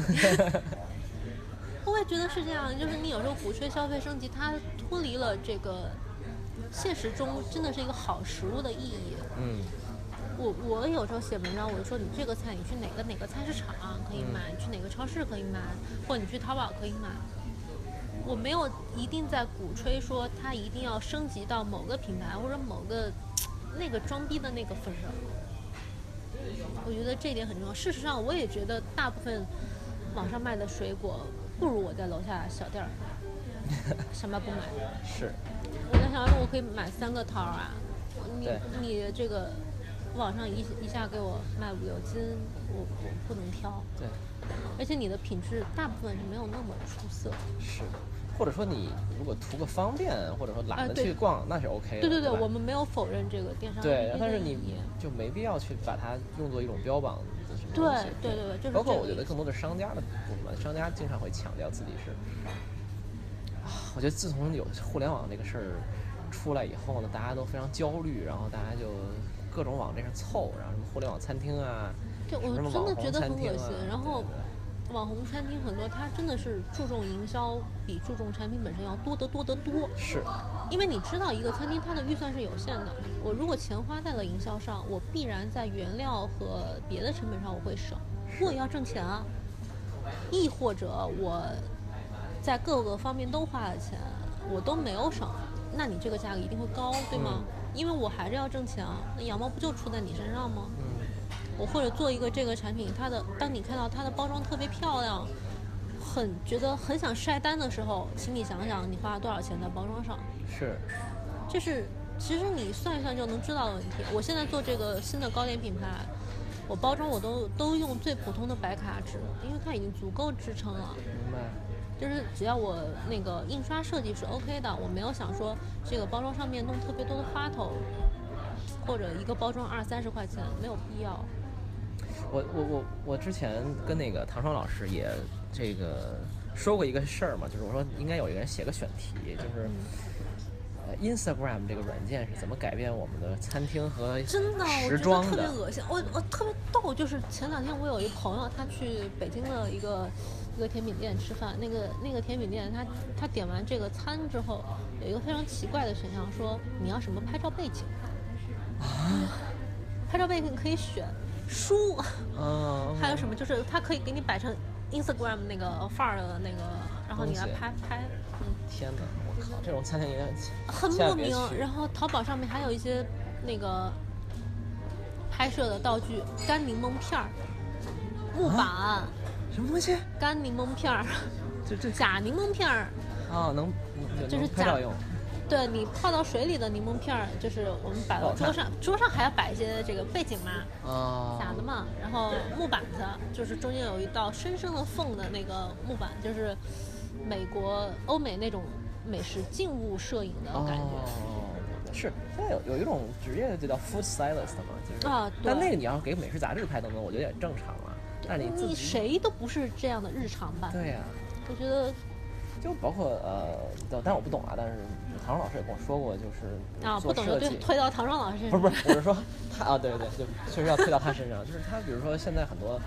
我也觉得是这样，就是你有时候鼓吹消费升级，它脱离了这个现实中真的是一个好食物的意义。 嗯， 我我有时候写文章，我就说你这个菜你去哪个哪个菜市场可以买， 嗯、 你去哪个超市可以买，或者你去淘宝可以买。我没有一定在鼓吹说它一定要升级到某个品牌或者某个那个装逼的那个份上。我觉得这一点很重要。事实上，我也觉得大部分网上卖的水果不如我在楼下小店儿想办法不买。 是。 我在想，我可以买三个桃儿啊，你你这个网上一一下给我卖五六斤，我我不能挑。 对。 而且你的品质大部分是没有那么出色。 是。或者说你如果图个方便，或者说懒得去逛，呃、那是 OK 的。 对对对， 对我们没有否认这个电商。 对，但是你就没必要去把它用作一种标榜的什么东西。 对对对对，就是。 包括我觉得更多的商家的部分，商家经常会强调自己是。我觉得自从有互联网这个事儿出来以后呢，大家都非常焦虑，然后大家就各种往这上凑，然后什么互联网餐厅啊， 对，我真的觉得很恶心。然后。 对对网红餐厅很多，它真的是注重营销，比注重产品本身要多得多得多。 是， 因为你知道一个餐厅它的预算是有限的，我如果钱花在了营销上，我必然在原料和别的成本上我会省，我也要挣钱啊。亦或者我在各个方面都花了钱，我都没有省，那你这个价格一定会高，对吗？嗯、因为我还是要挣钱啊，那羊毛不就出在你身上吗？ 嗯。 我或者做一个这个产品，它的当你看到它的包装特别漂亮，很觉得很想晒单的时候，请你想想你花了多少钱在包装上。 是， 这是其实你算一算就能知道的问题。我现在做这个新的糕点品牌，我包装我都都用最普通的白卡纸，因为它已经足够支撑了。 明白。 就是只要我那个印刷设计是 OK 的，我没有想说这个包装上面弄特别多的花头，或者一个包装二三十块钱，没有必要。 我我我我之前跟那个唐双老师也这个说过一个事儿嘛，就是我说应该有一个人写个选题，就是、嗯、呃 Instagram 这个软件是怎么改变我们的餐厅和真的时装的。 我觉得特别恶心，我我特别逗，就是前两天我有一朋友，他去北京的一个一个甜品店吃饭，那个那个甜品店他他点完这个餐之后，有一个非常奇怪的选项，说你要什么拍照背景啊？拍照背景可以选。书， 嗯， 还有什么？就是它可以给你摆成 Instagram 那个范儿的那个，然后你来拍拍。嗯， 天哪，我靠，这种餐厅应该很莫名。然后淘宝上面还有一些那个拍摄的道具，干柠檬片儿、木板、啊， 什么东西？ 干柠檬片儿， 这这假柠檬片儿。 哦，能， 就是拍照用。 对，你泡到水里的柠檬片儿，就是我们摆到桌上，桌上还要摆一些这个背景嘛， 啊， 假的嘛。然后木板子，就是中间有一道深深的缝的那个木板，就是美国、欧美那种美食静物摄影的感觉。 哦，是，现在有有一种职业就叫 food stylist 嘛，就是啊， 但那个你要给美食杂志拍等等，我觉得也正常了。但是你自己你谁都不是这样的日常吧？ 对呀、啊， 我觉得。 就包括呃，但我不懂啊。但是唐双老师也跟我说过，就是啊，不懂就对推到唐双老师身上。 不是不是，我是说他啊，对对对，就确实要推到他身上。就是他，比如说现在很多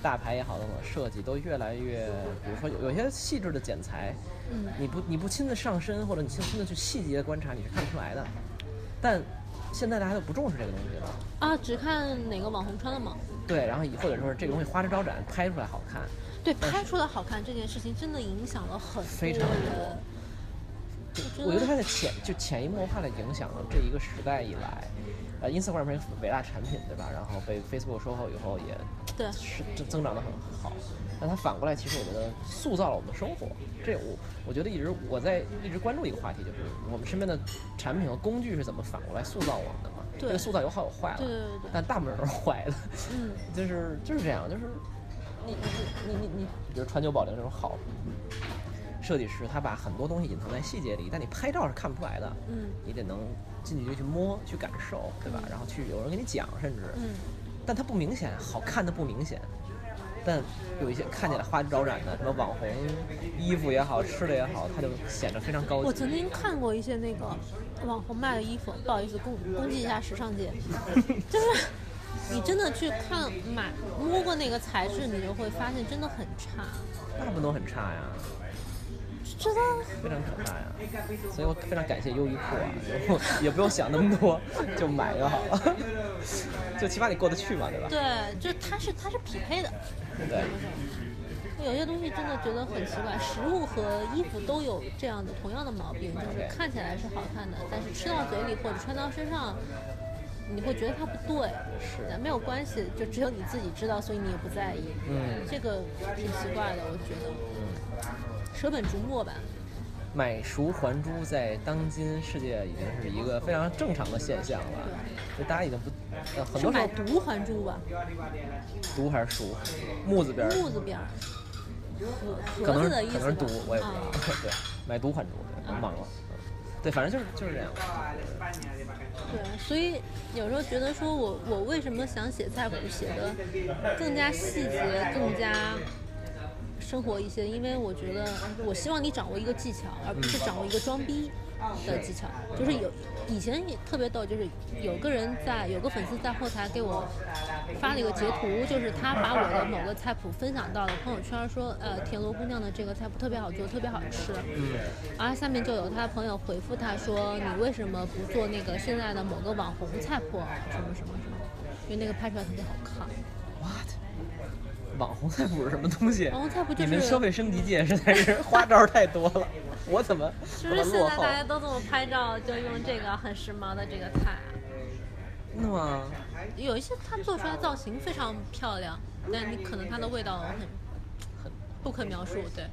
大牌也好等等设计都越来越，比如说有有些细致的剪裁， 嗯， 你不你不亲自上身或者你亲亲自去细节的观察，你是看不出来的。但现在大家都不重视这个东西了啊，只看哪个网红穿的吗？ 对，然后或者说是这个东西花枝招展，拍出来好看。 对，拍出来好看这件事情真的影响了很多非常人。 我觉得它的潜就潜移默化的影响了这一个时代以来，呃 ，Instagram 是一个伟大产品，对吧？然后被 Facebook 收购以后也对是增长得很好。但它反过来，其实我觉得塑造了我们的生活。这我我觉得一直我在一直关注一个话题，就是我们身边的产品和工具是怎么反过来塑造我们的嘛？ 对， 这个塑造有好有坏了， 对对对对， 但大部分人都是坏的。 嗯， 就是就是这样，就是你你你你你，比如川久保玲这种好设计师，他把很多东西隐藏在细节里，但你拍照是看不出来的。 嗯， 你得能近距离去摸、去感受，对吧？然后去有人给你讲，甚至， 嗯， 但它不明显，好看的不明显。但有一些看起来花枝招展的，什么网红衣服也好，吃的也好，它就显得非常高级。 我曾经看过一些那个网红卖的衣服，不好意思攻攻击一下时尚界，就是你真的去看买摸过那个材质，你就会发现真的很差。 大部分都很差呀。 真的非常可怕呀，所以我非常感谢优衣库啊，就也不用想那么多，就买就好了，就起码你过得去嘛，对吧？ 对，就它是它是匹配的。 对。 有些东西真的觉得很奇怪，食物和衣服都有这样的同样的毛病，就是看起来是好看的，但是吃到嘴里或者穿到身上，你会觉得它不对。 是。 没有关系，就只有你自己知道，所以你也不在意。 嗯。 这个挺奇怪的，我觉得。嗯。舍本逐末吧。 买椟还珠在当今世界已经是一个非常正常的现象了，就大家已经不，呃，很多时候是买椟还珠吧？ 椟还是椟？木字边。 木字边。 可能盒子的意思吧。 可能是椟，我也不知道。啊、对，买椟还珠，对，忘了。对，反正就是就是这样。 对，所以有时候觉得说我我为什么想写菜谱写的更加细节，更加生活一些，因为我觉得我希望你掌握一个技巧，而不是掌握一个装逼的技巧。就是有以前也特别逗，就是有个人在有个粉丝在后台给我发了一个截图，就是他把我的某个菜谱分享到了朋友圈，说呃田螺姑娘的这个菜谱特别好做，特别好吃。嗯，然后下面就有他的朋友回复他说，你为什么不做那个现在的某个网红菜谱什么什么什么，因为那个拍出来特别好看。 What？网红菜谱是什么东西？ 网红菜谱就是你们消费升级界实在是花招太多了，我怎么就是现在大家都这么拍照，就用这个很时髦的这个菜。 真的吗？ 有一些它做出来造型非常漂亮，但你可能它的味道很很不可描述。对。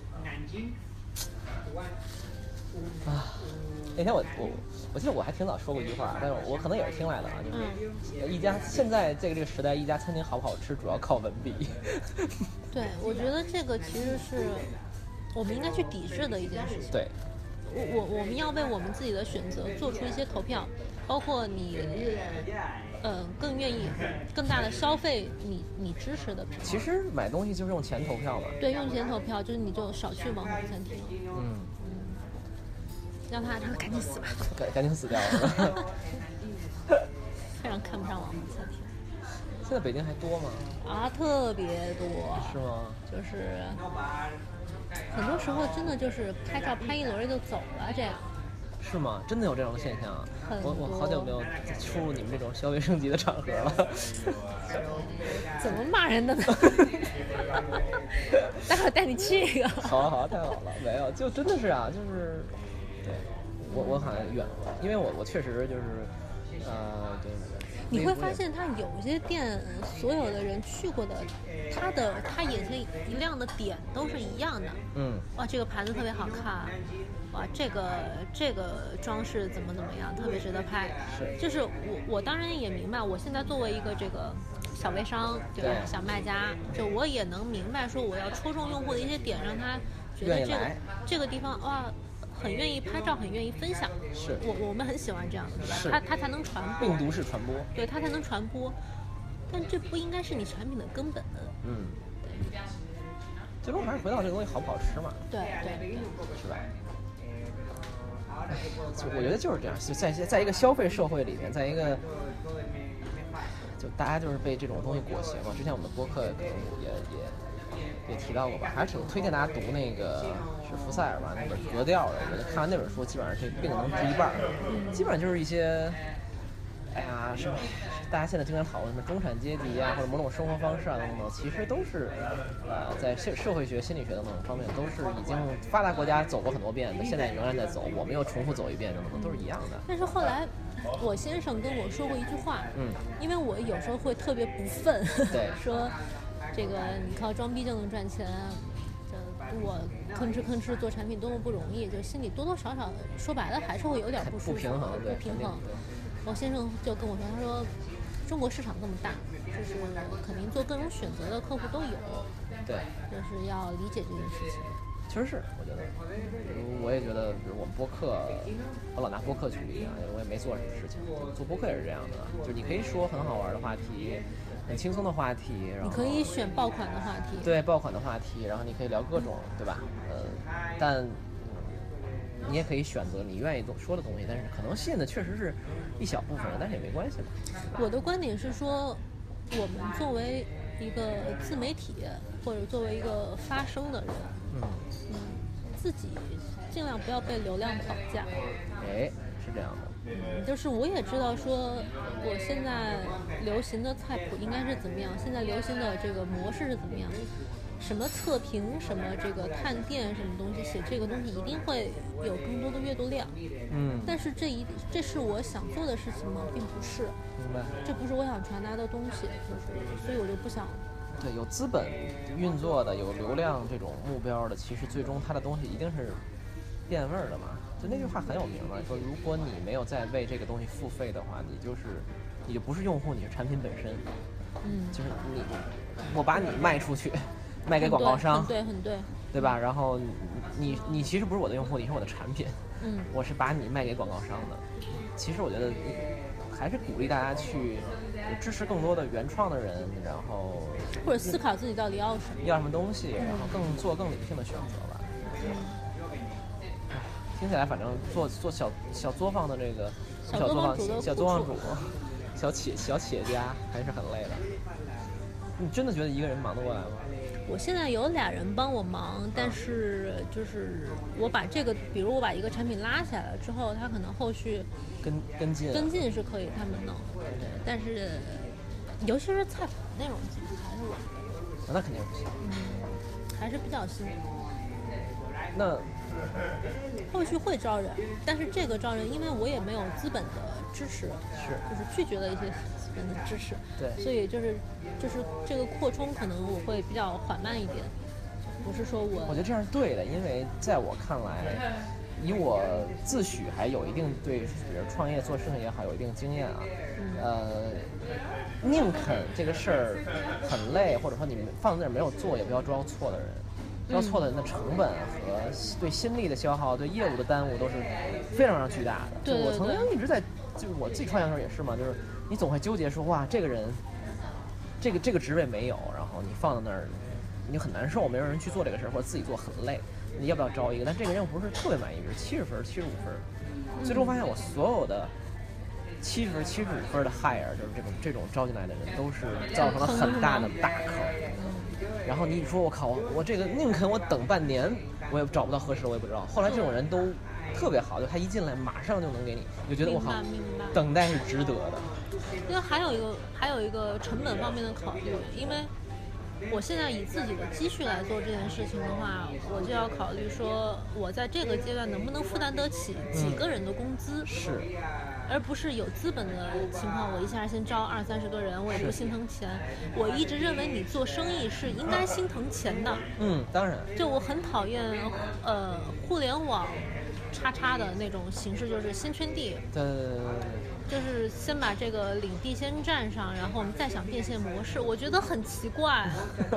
啊，那天我我我记得我还挺早说过一句话，但是我可能也是听来的啊，就是一家现在这个这个时代，一家餐厅好不好吃主要靠文笔。 对，我觉得这个其实是我们应该去抵制的一件事情。 对， 我我我们要为我们自己的选择做出一些投票，包括你呃更愿意更大的消费你你支持的品牌。 其实买东西就是用钱投票嘛。 对，用钱投票，就是你就少去网红餐厅。 嗯。 让他让他赶紧死吧， 赶赶紧死掉了。 非常看不上网红餐厅。 现在北京还多吗？ 啊，特别多。 是吗？ 就是很多时候真的就是拍照拍一轮就走了这样。 是吗？真的有这种现象？我我好久没有出入你们这种消费升级的场合了。 怎么骂人的呢？待会儿带你去一个。 好啊好啊，太好了。没有，就真的是啊，就是。对，我我好像远了，因为我我确实就是，呃，对。 你会发现，它有些店，所有的人去过的，它的它眼前一亮的点都是一样的。 嗯。 哇，这个盘子特别好看，哇，这个这个装饰怎么怎么样，特别值得拍。 是。 就是我我当然也明白，我现在作为一个这个小微商，对吧？小卖家，就我也能明白说，我要戳中用户的一些点，让他觉得这个这个地方哇。很愿意拍照，很愿意分享， 是我我们很喜欢这样的，对吧？它它才能传播， 病毒式传播， 对，它才能传播。但这不应该是你产品的根本。 嗯，对。最终还是回到这个东西好不好吃嘛？ 对对， 是吧？我觉得就是这样，在在一个消费社会里面，在一个就大家就是被这种东西裹挟嘛。之前我们的播客可能也也也提到过吧，还是挺推荐大家读那个是福塞尔吧那本《格调》的。我觉得看完那本书，基本上这病能治一半，基本上就是一些。哎呀，什么？大家现在经常讨论什么中产阶级啊，或者某种生活方式啊等等，其实都是，呃，在社社会学、心理学等等方面，都是已经发达国家走过很多遍，现在仍然在走，我们又重复走一遍，等等，都是一样的。 但是后来，我先生跟我说过一句话， 嗯， 因为我有时候会特别不忿， 对， 说这个你靠装逼就能赚钱。我吭哧吭哧做产品多么不容易，就心里多多少少说白了还是会有点不舒服， 不平衡，对， 不平衡。我先生就跟我说，他说中国市场这么大，就是肯定做各种选择的客户都有， 对， 就是要理解这件事情。 确实是，我觉得，比如我也觉得，比如我们播客，我老拿播客举例啊，我也没做什么事情，做播客也是这样的，就是你可以说很好玩的话题。很轻松的话题，然后你可以选爆款的话题， 对爆款的话题，然后你可以聊各种，对吧？呃，但、嗯、你也可以选择你愿意说的东西，但是可能吸引的确实是一小部分人，但是也没关系嘛。 我的观点是说，我们作为一个自媒体或者作为一个发声的人， 嗯嗯，自己尽量不要被流量绑架。 哎，是这样的。 嗯，就是我也知道说，我现在流行的菜谱应该是怎么样，现在流行的这个模式是怎么样，什么测评，什么这个探店，什么东西，写这个东西一定会有更多的阅读量。 嗯， 但是这一这是我想做的事情吗？并不是。 明白。 这不是我想传达的东西，就是所以我就不想。 对，有资本运作的、有流量这种目标的，其实最终它的东西一定是变味儿的嘛。就那句话很有名嘛，说如果你没有在为这个东西付费的话，你就是你就不是用户，你是产品本身。 嗯， 就是你，我把你卖出去，卖给广告商， 很对，很对， 对吧？然后你你你其实不是我的用户，你是我的产品。 嗯， 我是把你卖给广告商的。其实我觉得还是鼓励大家去支持更多的原创的人，然后或者思考自己到底要什么， 要什么东西，然后更做更理性的选择吧。 嗯。 听起来反正做做小小作坊的这个小作坊主小作坊主小企小企业家还是很累的。你真的觉得一个人忙得过来吗？ 我现在有俩人帮我忙，但是就是我把这个，比如我把一个产品拉下来之后，他可能后续跟跟进跟进是可以他们弄，对，但是尤其是菜谱那种技术还是我的、啊、那肯定不行， 嗯，还是比较辛苦。 那后续会招人，但是这个招人，因为我也没有资本的支持， 是就是拒绝了一些资本的支持， 对， 所以就是就是这个扩充可能我会比较缓慢一点，不是说我我觉得这样是对的，因为在我看来，以我自诩还有一定对，比如创业做事情也好有一定经验啊， 嗯、 呃，宁肯这个事儿很累，或者说你放在那儿没有做，也不要招错的人。招错的人的成本和对心力的消耗、对业务的耽误都是非常非常巨大的。 对对对， 我曾经一直在，就是我自己创业的时候也是嘛，就是你总会纠结说，哇，这个人，这个这个职位没有，然后你放在那儿，你很难受，没有人去做这个事儿，或者自己做很累，你要不要招一个？但这个人又不是特别满意，比如七十分、七十五分，最终发现我所有的七十分、七十五分的 hire， 就是这种这种招进来的人，都是造成了很大的大坑。然后你说我靠，我这个宁肯我等半年，我也找不到合适的，我也不知道。后来这种人都特别好，就他一进来马上就能给你，你就觉得我靠，等待是值得的。 因为还有一个还有一个成本方面的考虑，因为我现在以自己的积蓄来做这件事情的话，我就要考虑说我在这个阶段能不能负担得起几个人的工资。 嗯、是。 而不是有资本的情况，我一下先招二三十个人，我也不心疼钱。我一直认为你做生意是应该心疼钱的。 嗯，当然。 就我很讨厌，呃，互联网叉叉的那种形式，就是先圈地。 对。 就是先把这个领地先占上，然后我们再想变现模式，我觉得很奇怪。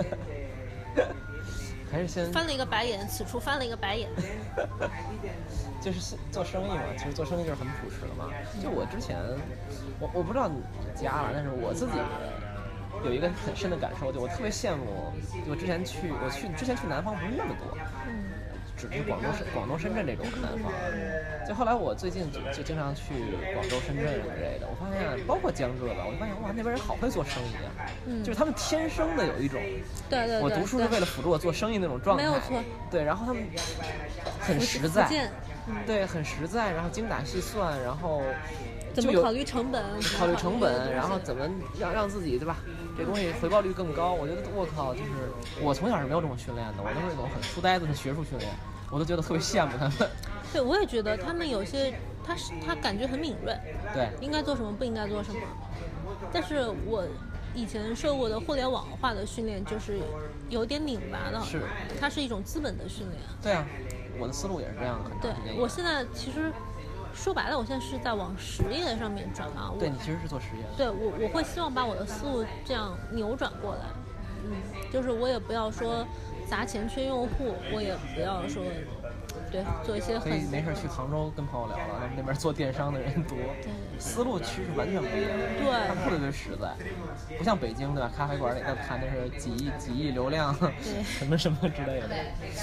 还是先翻了一个白眼，此处翻了一个白眼。 就是做生意嘛，其实做生意就是很朴实的嘛。就我之前，我我不知道你家了，但是我自己有一个很深的感受，就我特别羡慕，就我之前去，我去之前去南方不是那么多， 嗯， 只是广州深广东深圳这种南方。就后来我最近就就经常去广州、深圳之类的，我发现包括江浙吧，我就发现哇，那边人好会做生意啊， 嗯， 就是他们天生的有一种， 对对对， 我读书是为了辅助我做生意那种状态， 没有错， 对，然后他们很实在， 嗯、 对，很实在，然后精打细算，然后怎么考虑成本， 考虑成本，然后怎么让让自己对吧？这东西回报率更高。我觉得我靠，就是我从小是没有这种训练的，我都是那种很书呆子的学术训练，我都觉得特别羡慕他们。 对，我也觉得他们有些，他是他感觉很敏锐， 对， 应该做什么，不应该做什么。但是我以前受过的互联网化的训练，就是有点拧巴的， 是， 它是一种资本的训练。 对啊，我的思路也是这样的。 对，我现在其实。说白了，我现在是在往实业上面转啊。 对，你其实是做实业的。 对，我我会希望把我的思路这样扭转过来，嗯，就是我也不要说砸钱缺用户，我也不要说，对，做一些很。 可以没事去杭州跟朋友聊聊，他们那边做电商的人多， 对， 思路其实完全不一样。 对， 他们特别实在，不像北京对吧？咖啡馆里头谈的是几亿几亿流量， 对， 什么什么之类的。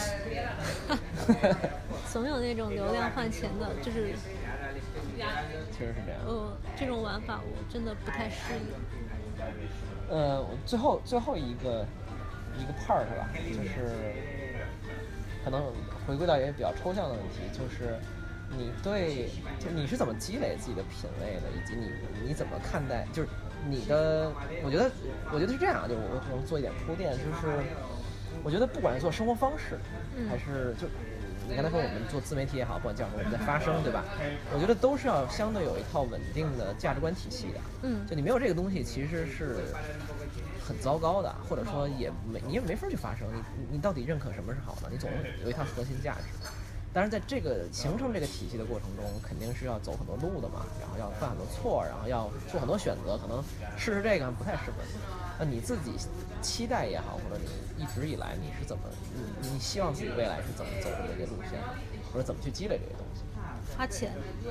总有那种流量换钱的，就是。 确实是这样。 呃，这种玩法我真的不太适应。 呃，最后最后一个一个 part 吧，就是可能回归到一个比较抽象的问题，就是你对，就你是怎么积累自己的品味的，以及你你怎么看待，就是你的，我觉得我觉得是这样，就我可能做一点铺垫，就是我觉得不管是做生活方式， 嗯、 还是就。你刚才说我们做自媒体也好，不管叫什么，我们在发声，对吧？我觉得都是要相对有一套稳定的价值观体系的。 嗯， 就你没有这个东西，其实是很糟糕的，或者说也没你也没法去发声。你你到底认可什么是好的？你总有一套核心价值。当然，在这个形成这个体系的过程中，肯定是要走很多路的嘛，然后要犯很多错，然后要做很多选择，可能试试这个不太适合你。那你自己期待也好，或者你一直以来你是怎么，你你希望自己未来是怎么走的这个路线，或者怎么去积累这些东西？ 花钱，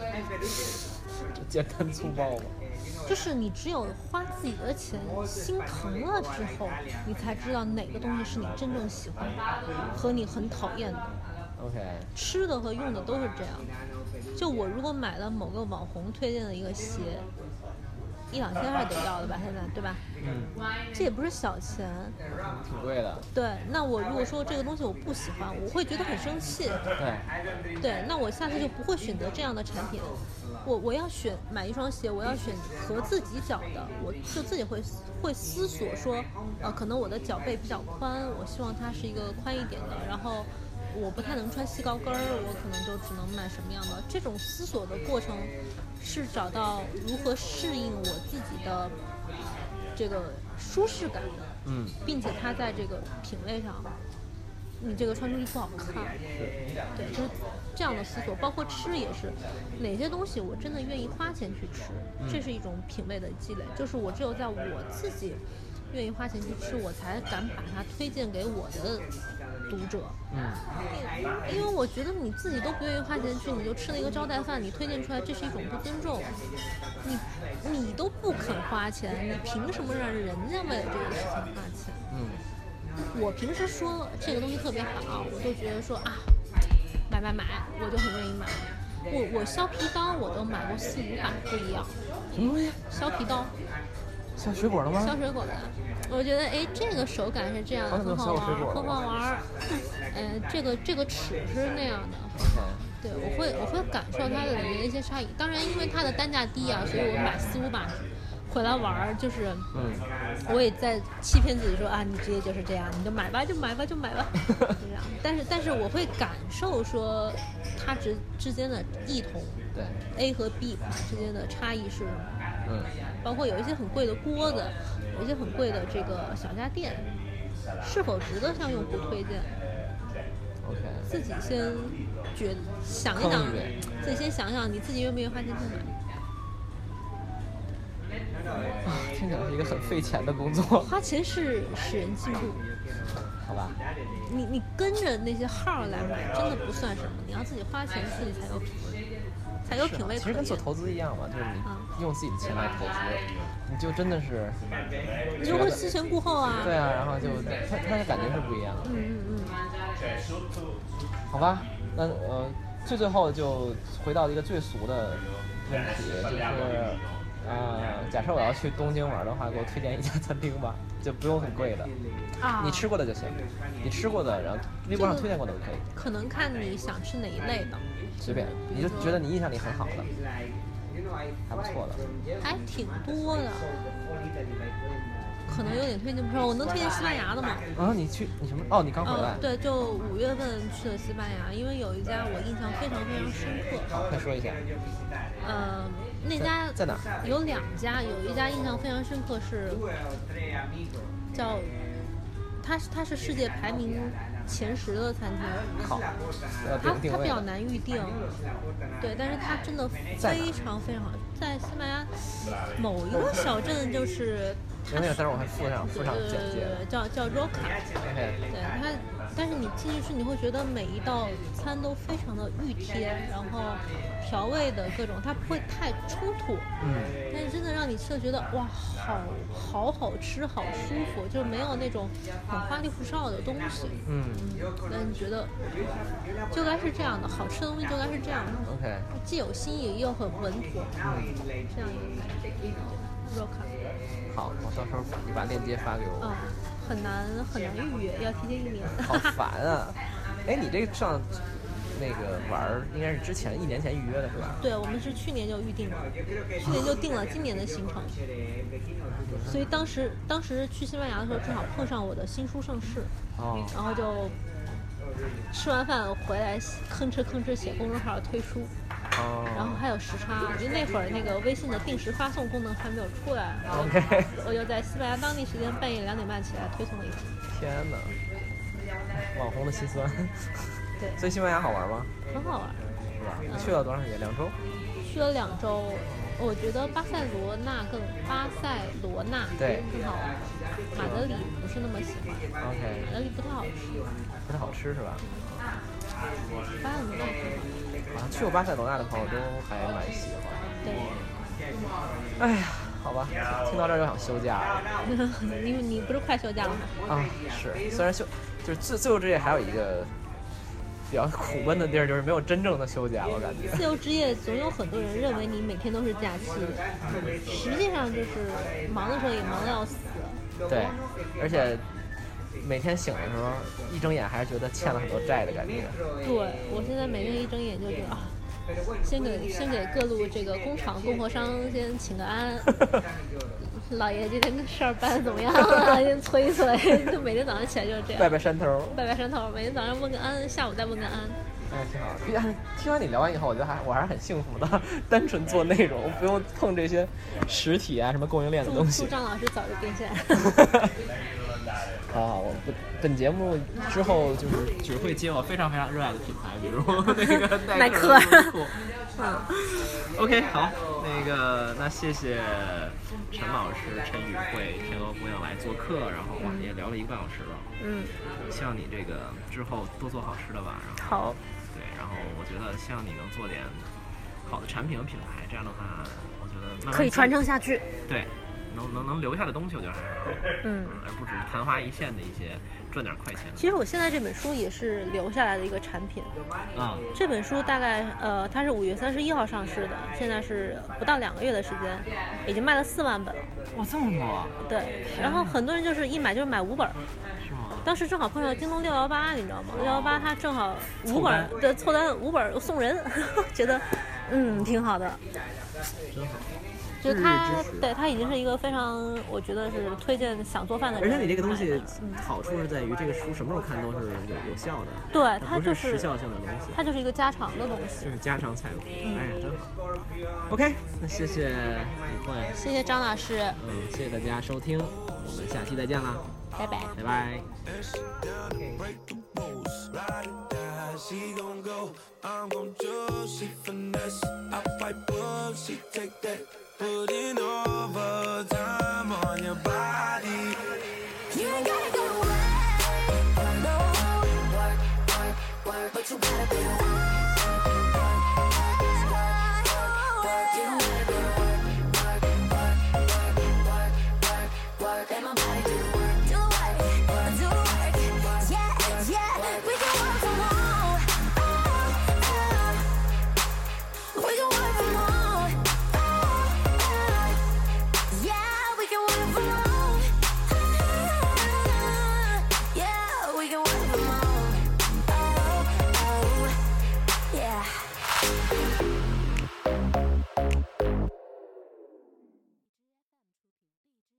简单粗暴吗？ 就是你只有花自己的钱心疼了之后，你才知道哪个东西是你真正喜欢的和你很讨厌的。 OK， 吃的和用的都是这样。就我如果买了某个网红推荐的一个鞋，一两千还得要的吧，现在对吧？ 嗯， 这也不是小钱， 挺贵的。 对，那我如果说这个东西我不喜欢，我会觉得很生气。 对， 对，那我下次就不会选择这样的产品。我我要选买一双鞋，我要选合自己脚的，我就自己会会思索说，呃，可能我的脚背比较宽，我希望它是一个宽一点的，然后。我不太能穿细高跟儿，我可能就只能买什么样的。这种思索的过程，是找到如何适应我自己的这个舒适感的， 嗯， 并且它在这个品味上，你这个穿出去不好看，对，就是这样的思索。包括吃也是，哪些东西我真的愿意花钱去吃，这是一种品味的积累。就是我只有在我自己愿意花钱去吃，我才敢把它推荐给我的读者。 嗯， 因为我觉得你自己都不愿意花钱去，你就吃了一个招待饭，你推荐出来，这是一种不尊重。你你都不肯花钱，你凭什么让人家为了这个事情花钱？ 嗯， 我平时说这个东西特别好，我都觉得说啊，买买买，我就很愿意买。我我削皮刀我都买过四五把不一样。 什么东西？ 削皮刀。 削水果的吗？ 削水果的。我觉得哎，这个手感是这样的，很好玩，很好玩。呃，这个这个尺是那样的。对，我会我会感受它的里面的一些差异。当然，因为它的单价低啊，所以我买四五把回来玩，就是， 嗯， 我也在欺骗自己说啊，你职业就是这样，你就买吧，就买吧，就买吧，就这样。但是但是我会感受说它之之间的异同， 对 ，A 和 B 之间的差异是什么？ 嗯， 包括有一些很贵的锅子，有一些很贵的这个小家电，是否值得向用户推荐 ？OK， 自己先觉想一想，自己先想想你自己愿不愿意花钱去买。 啊，听起来是一个很费钱的工作。 花钱是使人进步， 好吧？ 你你跟着那些号来买，真的不算什么。你要自己花钱，自己才有品味。 才有品味可言。 其实跟做投资一样嘛，就是你用自己的钱来投资，你就真的是你就会思前顾后啊。 对啊，然后就他他的感觉是不一样的。 嗯嗯嗯。 好吧，那呃，最最后就回到一个最俗的问题，就是呃，假设我要去东京玩的话，给我推荐一家餐厅吧，就不用很贵的， 啊， 你吃过的就行，你吃过的，然后微博上推荐过的都可以。 可能看你想吃哪一类的， 随便，你就觉得你印象里很好的，还不错的， 还挺多的。可能有点推荐不上，我能推荐西班牙的吗？ 啊，你去你什么？哦，你刚回来。 嗯、对，就五月份去的西班牙，因为有一家我印象非常非常深刻。 好，快说一下。 呃，那家在哪？ 有两家，有一家印象非常深刻是叫，它是它是世界排名前十的餐厅。 好， 它它比较难预定，对，但是它真的非常非常好，在西班牙某一个小镇，就是那个，但是我会附上附上简介， 叫叫 Roca， 对， 它，但是你进去你会觉得每一道餐都非常的熨贴，然后调味的各种，它不会太冲突， 嗯， 但是真的让你吃了觉得哇，好好好吃，好舒服，就是没有那种很花里胡哨的东西， 嗯， 但你觉得就该是这样的，好吃的东西就该是这样的 ，OK， 既有新意又很稳妥，嗯，这样一个 Roca。 好，我到时候你把链接发给我。 嗯，很难很难预约，要提前一年。 好烦啊！哎，你这个上那个玩应该是之前一年前预约的是吧？ 对，我们是去年就预定了，去年就定了今年的行程。所以当时当时去西班牙的时候，正好碰上我的新书上市， 哦， 然后就吃完饭回来吭哧吭哧写公众号推书。 哦， 然后还有时差，因为那会儿那个微信的定时发送功能还没有出来，然后 OK， 我就在西班牙当地时间半夜两点半起来推送了一批。 天哪，网红的心酸。 对， 所以西班牙好玩吗？ 很好玩， 是吧？你去了多长时间？两周？ 去了两周，我觉得巴塞罗那更巴塞罗那对更好玩，马德里不是那么喜欢。 OK， 马德里不太好吃， 不太好吃是吧？ 巴塞罗那挺好。 啊，去过巴塞罗那的朋友都还蛮喜欢。 对。 哎呀，好吧，听到这儿就想休假了。 你你不是快休假了吗？ 啊，是，虽然休，就是自自由职业还有一个比较苦闷的地儿，就是没有真正的休假，我感觉。 自由职业总有很多人认为你每天都是假期，实际上就是忙的时候也忙得要死。 对，而且每天醒的时候，一睁眼还是觉得欠了很多债的感觉。 对，我现在每天一睁眼就觉得啊，先给先给各路这个工厂供货商先请个安。老爷今天的事儿办得怎么样啊？先催一催，就每天早上起来就是这样。 拜拜山头， 拜拜山头，每天早上问个安，下午再问个安。 哎，挺好。听完你聊完以后，我觉得还我还是很幸福的，单纯做内容，不用碰这些实体啊什么供应链的东西。 祝张老师早日变现。 好好，我本本节目之后就是只会接我非常非常热爱的品牌，比如那个耐克。嗯 ，OK， 好，那个那谢谢陈老师、陈宇慧、天鹅姑娘来做客，然后哇也聊了一个半小时了。 嗯， 希望你这个之后多做好吃的吧。然后好。 对，然后我觉得希望你能做点好的产品和品牌，这样的话，我觉得慢慢可以传承下去。 对。能能能留下的东西，我觉得还是好， 嗯， 而不只是昙花一现的一些赚点快钱。 其实我现在这本书也是留下来的一个产品啊、嗯。 这本书大概呃，它是五月三十一号上市的，现在是不到两个月的时间，已经卖了四万本。 哇，这么多！ 对，然后很多人就是一买就是买五本。 是吗？ 当时正好碰上京东六幺八，你知道吗？六幺八它正好五本，对，凑单五本送人，觉得嗯挺好的。 真好。 就是它，对它已经是一个非常，我觉得是推荐想做饭的人。 而且你这个东西好处是在于，这个书什么时候看都是有有效的。 对， 它就是时效性的东西， 它就是一个家常的东西， 就是家常菜谱。嗯、哎呀，真好。OK， 那谢谢宇慧， 谢谢张老师， 嗯，谢谢大家收听，我们下期再见啦， 拜拜， 拜拜。 She gon' go, I'm gon' choose, she finesse, I fight bull, she take that, put it